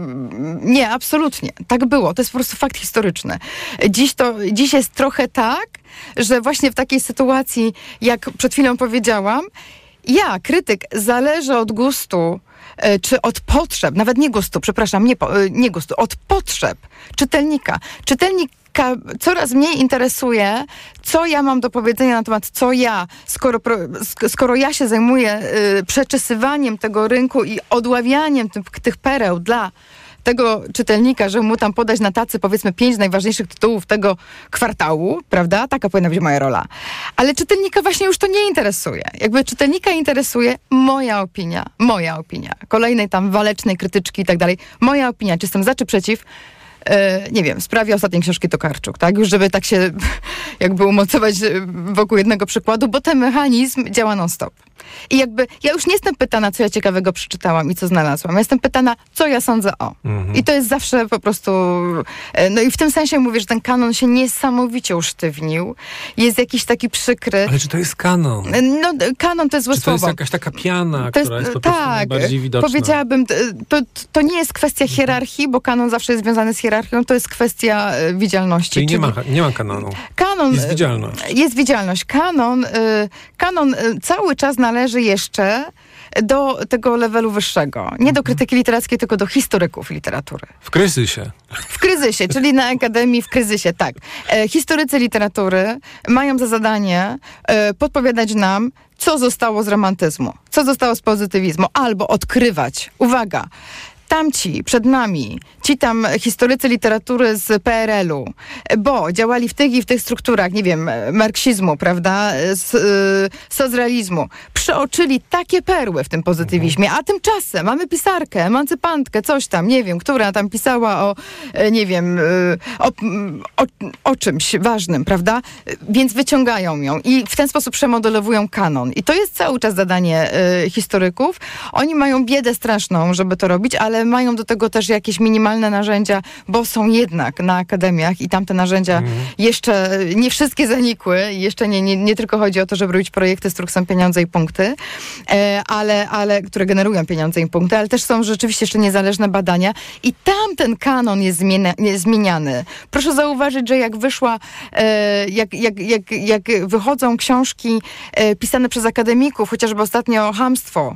nie, absolutnie. Tak było. To jest po prostu fakt historyczny. Dziś, to, dziś jest trochę tak, że właśnie w takiej sytuacji, jak przed chwilą powiedziałam, ja, krytyk, zależy od gustu, czy od potrzeb, nawet nie gustu, przepraszam, nie, nie gustu, od potrzeb czytelnika. Czytelnika coraz mniej interesuje, co ja mam do powiedzenia na temat, co ja, skoro, skoro ja się zajmuję y, przeczesywaniem tego rynku i odławianiem tych, tych pereł dla tego czytelnika, żeby mu tam podać na tacy, powiedzmy, pięć najważniejszych tytułów tego kwartału, prawda? Taka powinna być moja rola. Ale czytelnika właśnie już to nie interesuje. Jakby czytelnika interesuje moja opinia, moja opinia. Kolejnej tam walecznej krytyczki i tak dalej. Moja opinia, czy jestem za, czy przeciw, Yy, nie wiem, w sprawie ostatniej książki Tokarczuk, tak? Już żeby tak się jakby umocować wokół jednego przykładu, bo ten mechanizm działa non-stop. I jakby ja już nie jestem pytana, co ja ciekawego przeczytałam i co znalazłam. Ja jestem pytana, co ja sądzę o. Mhm. I to jest zawsze po prostu... No i w tym sensie mówię, że ten kanon się niesamowicie usztywnił. Jest jakiś taki przykry... Ale czy to jest kanon? No, kanon to jest złe czy to słowo. jest jakaś taka piana, to która jest, jest po prostu tak, najbardziej widoczna? Powiedziałabym, to, to nie jest kwestia hierarchii, bo kanon zawsze jest związany z hierarchią, to jest kwestia y, widzialności. Czyli, czyli nie, ma, nie ma kanonu. Kanon, jest widzialność. Jest widzialność. Kanon, y, kanon y, cały czas należy jeszcze do tego levelu wyższego. Nie do krytyki literackiej, tylko do historyków literatury. W kryzysie. W kryzysie, czyli na Akademii w kryzysie, tak. E, historycy literatury mają za zadanie e, podpowiadać nam, co zostało z romantyzmu, co zostało z pozytywizmu, albo odkrywać, uwaga, tamci przed nami, ci tam historycy literatury z P R L u, bo działali w tych i w tych strukturach, nie wiem, marksizmu, prawda, z, y, socrealizmu, przeoczyli takie perły w tym pozytywizmie, a tymczasem mamy pisarkę, emancypantkę, coś tam, nie wiem, która tam pisała o, nie wiem, y, o, o, o czymś ważnym, prawda, więc wyciągają ją i w ten sposób przemodelowują kanon. I to jest cały czas zadanie y, historyków. Oni mają biedę straszną, żeby to robić, ale mają do tego też jakieś minimalne narzędzia, bo są jednak na akademiach i tamte narzędzia mm. jeszcze nie wszystkie zanikły. Jeszcze nie, nie, nie tylko chodzi o to, żeby robić projekty, z których są pieniądze i punkty, e, ale, ale, które generują pieniądze i punkty, ale też są rzeczywiście jeszcze niezależne badania i tamten kanon jest, zmienia, jest zmieniany. Proszę zauważyć, że jak wyszła, e, jak, jak, jak, jak wychodzą książki e, pisane przez akademików, chociażby ostatnio Chamstwo,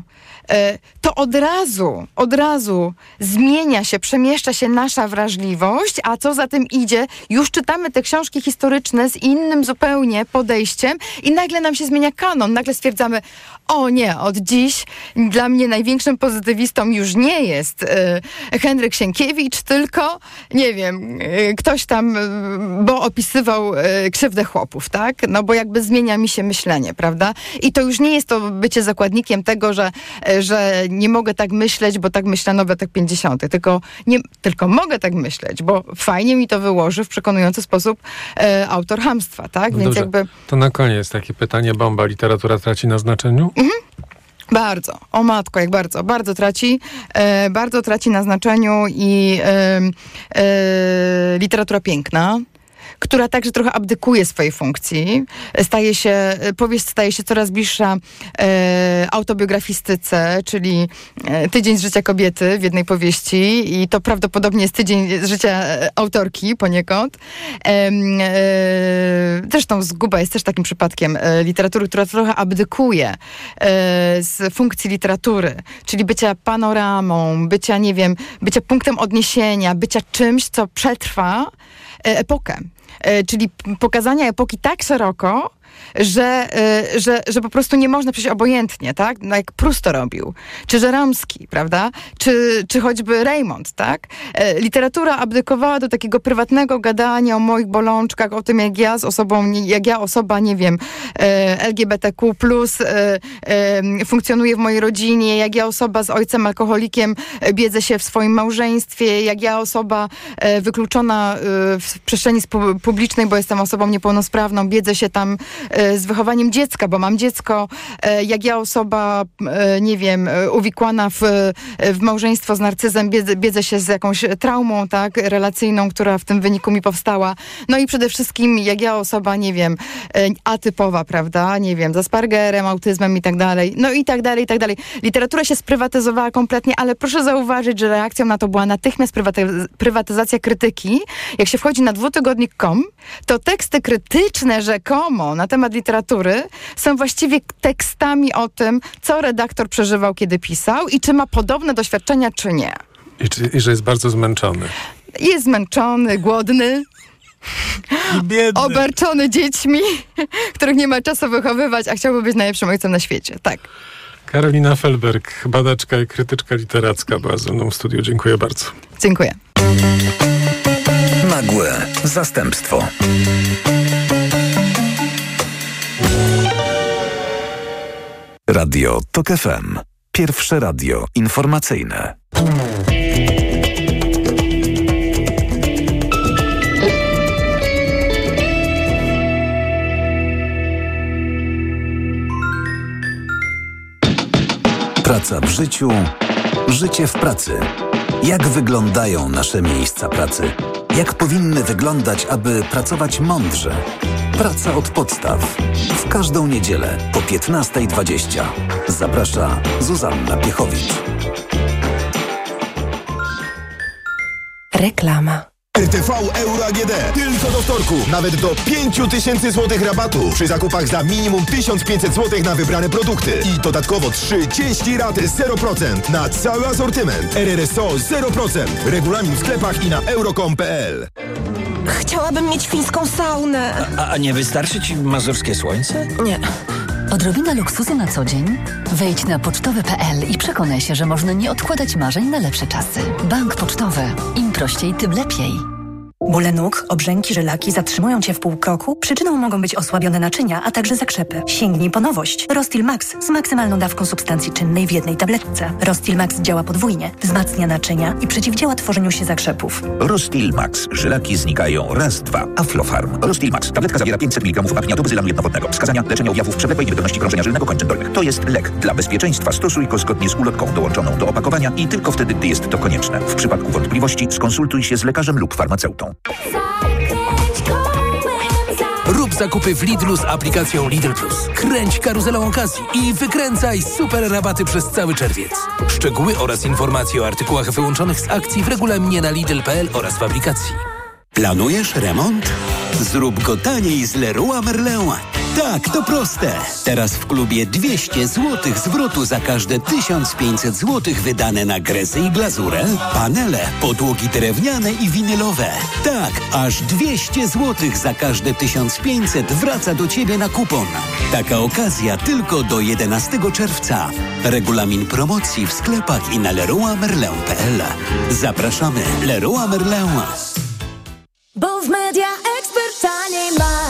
to od razu, od razu zmienia się, przemieszcza się nasza wrażliwość, a co za tym idzie, już czytamy te książki historyczne z innym zupełnie podejściem i nagle nam się zmienia kanon. Nagle stwierdzamy, o nie, od dziś dla mnie największym pozytywistą już nie jest y, Henryk Sienkiewicz, tylko, nie wiem, y, ktoś tam, y, bo opisywał y, krzywdę chłopów, tak? No bo jakby zmienia mi się myślenie, prawda? I to już nie jest to bycie zakładnikiem tego, że że nie mogę tak myśleć, bo tak myślano w latach pięćdziesiątych. Tylko, nie, tylko mogę tak myśleć, bo fajnie mi to wyłoży w przekonujący sposób e, autor Chamstwa, tak? No Więc dobrze. jakby... To na koniec takie pytanie, bomba, literatura traci na znaczeniu? Mhm. Bardzo. O matko, jak bardzo. Bardzo traci. E, bardzo traci na znaczeniu i e, e, literatura piękna, która także trochę abdykuje swojej funkcji. Staje się, powieść staje się coraz bliższa e, autobiografistyce, czyli e, tydzień z życia kobiety w jednej powieści i to prawdopodobnie jest tydzień z życia e, autorki poniekąd. E, e, zresztą Zguba jest też takim przypadkiem e, literatury, która trochę abdykuje e, z funkcji literatury, czyli bycia panoramą, bycia, nie wiem, bycia punktem odniesienia, bycia czymś, co przetrwa e, epokę. Czyli pokazania epoki tak szeroko, że, że, że po prostu nie można przejść obojętnie, tak? No jak Proust to robił, czy Żeromski, prawda? Czy, czy choćby Raymond, tak? Literatura abdykowała do takiego prywatnego gadania o moich bolączkach, o tym, jak ja z osobą, jak ja osoba, nie wiem, L G B T Q plus, funkcjonuję w mojej rodzinie, jak ja osoba z ojcem alkoholikiem biedzę się w swoim małżeństwie, jak ja osoba wykluczona w przestrzeni publicznej, bo jestem osobą niepełnosprawną, biedzę się tam e, z wychowaniem dziecka, bo mam dziecko, e, jak ja osoba, e, nie wiem, e, uwikłana w, w małżeństwo z narcyzem, biedzę, biedzę się z jakąś traumą, tak, relacyjną, która w tym wyniku mi powstała. No i przede wszystkim, jak ja osoba, nie wiem, e, atypowa, prawda, nie wiem, z Aspergerem, autyzmem i tak dalej, no i tak dalej, i tak dalej. Literatura się sprywatyzowała kompletnie, ale proszę zauważyć, że reakcją na to była natychmiast prywaty- prywatyzacja krytyki. Jak się wchodzi na dwutygodnik kropka com, to teksty krytyczne rzekomo na temat literatury są właściwie tekstami o tym, co redaktor przeżywał, kiedy pisał i czy ma podobne doświadczenia, czy nie. I, czy, i że jest bardzo zmęczony. Jest zmęczony, głodny. Biedny. Obarczony dziećmi, których nie ma czasu wychowywać, a chciałby być najlepszym ojcem na świecie. Tak. Karolina Felberg, badaczka i krytyczka literacka, była ze mną w studiu. Dziękuję bardzo. Dziękuję. Nagłe zastępstwo. Radio Tok F M. Pierwsze radio informacyjne. Praca w życiu, życie w pracy. Jak wyglądają nasze miejsca pracy? Jak powinny wyglądać, aby pracować mądrze? Praca od podstaw. W każdą niedzielę po piętnasta dwadzieścia. Zaprasza Zuzanna Piechowicz. Reklama. R T V Euro A G D. Tylko do wtorku. Nawet do pięć tysięcy złotych rabatu przy zakupach za minimum tysiąc pięćset złotych na wybrane produkty. I dodatkowo trzydzieści rat zero procent na cały asortyment. R R S O zero procent. Regulamin w sklepach i na euro kropka com kropka p l. Chciałabym mieć fińską saunę. A, a nie wystarczy ci mazurskie słońce? Nie. Odrobina luksusu na co dzień? Wejdź na pocztowy kropka p l i przekonaj się, że można nie odkładać marzeń na lepsze czasy. Bank Pocztowy. Im prościej, tym lepiej. Bóle nóg, obrzęki, żylaki zatrzymują Cię w pół kroku? Przyczyną mogą być osłabione naczynia, a także zakrzepy. Sięgnij po nowość. Rostil Max z maksymalną dawką substancji czynnej w jednej tabletce. Rostil Max działa podwójnie, wzmacnia naczynia i przeciwdziała tworzeniu się zakrzepów. Rostil Max. Żylaki znikają raz, dwa. Aflofarm. Rostil Max. Tabletka zawiera pięćset miligramów apnia tobuzylanu jednowodnego. Wskazania: leczenie objawów przewlekłej niewydolności krążenia żylnego kończyn dolnych. To jest lek. Dla bezpieczeństwa stosuj go zgodnie z ulotką dołączoną do opakowania i tylko wtedy, gdy jest to konieczne. W przypadku wątpliwości skonsultuj się z lekarzem lub farmaceutą. Rób zakupy w Lidlu z aplikacją Lidl Plus. Kręć karuzelą okazji i wykręcaj super rabaty przez cały czerwiec. Szczegóły oraz informacje o artykułach wyłączonych z akcji w regulaminie na lidl kropka p l oraz w aplikacji. Planujesz remont? Zrób go taniej z Leroy Merlin. Tak, to proste. Teraz w klubie dwieście złotych zwrotu za każde tysiąc pięćset złotych wydane na kresy i glazurę, panele, podłogi drewniane i winylowe. Tak, aż dwieście złotych za każde tysiąc pięćset wraca do Ciebie na kupon. Taka okazja tylko do jedenastego czerwca. Regulamin promocji w sklepach i na leroy merlin kropka p l. Zapraszamy. Leroy Merlin. Bo w Media